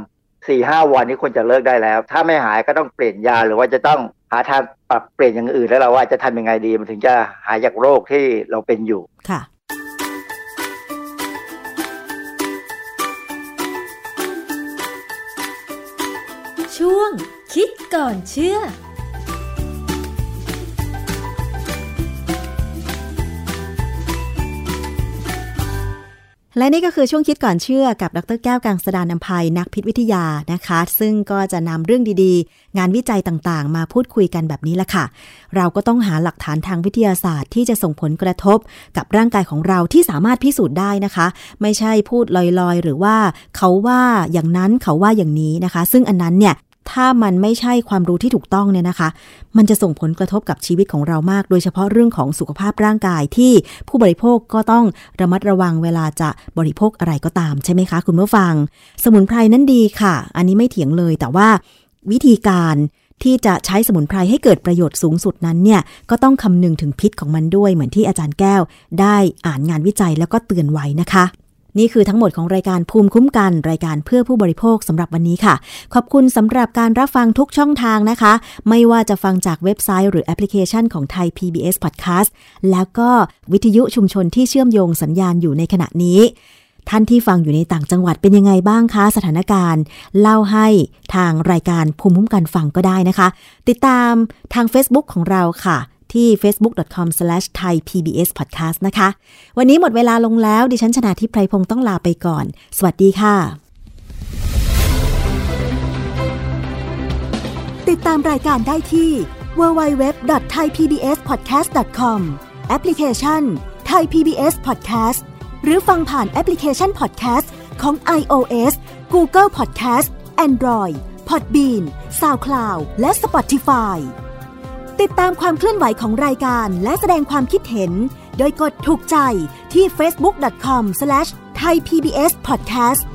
สี่ห้า วันนี้ควรจะเลิกได้แล้วถ้าไม่หายก็ต้องเปลี่ยนยาหรือว่าจะต้องหาทางปรับเปลี่ยนอย่างอื่นแล้วเราว่าจะทำยังไงดีมันถึงจะหายจากโรคที่เราเป็นอยู่ค่ะช่วงคิดก่อนเชื่อและนี่ก็คือช่วงคิดก่อนเชื่อกับดร.แก้วกังสดาลอำไพนักพิษวิทยานะคะซึ่งก็จะนำเรื่องดีๆงานวิจัยต่างๆมาพูดคุยกันแบบนี้ละค่ะเราก็ต้องหาหลักฐานทางวิทยาศาสตร์ที่จะส่งผลกระทบกับร่างกายของเราที่สามารถพิสูจน์ได้นะคะไม่ใช่พูดลอยๆหรือว่าเขาว่าอย่างนั้นเขาว่าอย่างนี้นะคะซึ่งอันนั้นเนี่ยถ้ามันไม่ใช่ความรู้ที่ถูกต้องเนี่ยนะคะมันจะส่งผลกระทบกับชีวิตของเรามากโดยเฉพาะเรื่องของสุขภาพร่างกายที่ผู้บริโภคก็ต้องระมัดระวังเวลาจะบริโภคอะไรก็ตามใช่ไหมคะคุณผู้ฟังสมุนไพรนั้นดีค่ะอันนี้ไม่เถียงเลยแต่ว่าวิธีการที่จะใช้สมุนไพรให้เกิดประโยชน์สูงสุดนั้นเนี่ยก็ต้องคำนึงถึงพิษของมันด้วยเหมือนที่อาจารย์แก้วได้อ่านงานวิจัยแล้วก็เตือนไว้นะคะนี่คือทั้งหมดของรายการภูมิคุ้มกันรายการเพื่อผู้บริโภคสำหรับวันนี้ค่ะขอบคุณสำหรับการรับฟังทุกช่องทางนะคะไม่ว่าจะฟังจากเว็บไซต์หรือแอปพลิเคชันของไทย พี บี เอส Podcast แล้วก็วิทยุชุมชนที่เชื่อมโยงสัญญาณอยู่ในขณะนี้ท่านที่ฟังอยู่ในต่างจังหวัดเป็นยังไงบ้างคะสถานการณ์เล่าให้ทางรายการภูมิคุ้มกันฟังก็ได้นะคะติดตามทาง Facebook ของเราค่ะที่ เฟซบุ๊ก ดอท คอม สแลช ไทย พี บี เอส พอดแคสต์ นะคะวันนี้หมดเวลาลงแล้วดิฉันชนาธิป ไพรพงศ์ต้องลาไปก่อนสวัสดีค่ะติดตามรายการได้ที่ ดับเบิลยู ดับเบิลยู ดับเบิลยู ดอท ไทย พี บี เอส พอดแคสต์ ดอท คอม แอปพลิเคชัน Thai พี บี เอส Podcast หรือฟังผ่านแอปพลิเคชัน Podcast ของ iOS Google Podcast Android Podbean SoundCloud และ Spotifyติดตามความเคลื่อนไหวของรายการและแสดงความคิดเห็นโดยกดถูกใจที่ เฟซบุ๊ก ดอท คอม สแลช ไทย พี บี เอส พอดแคสต์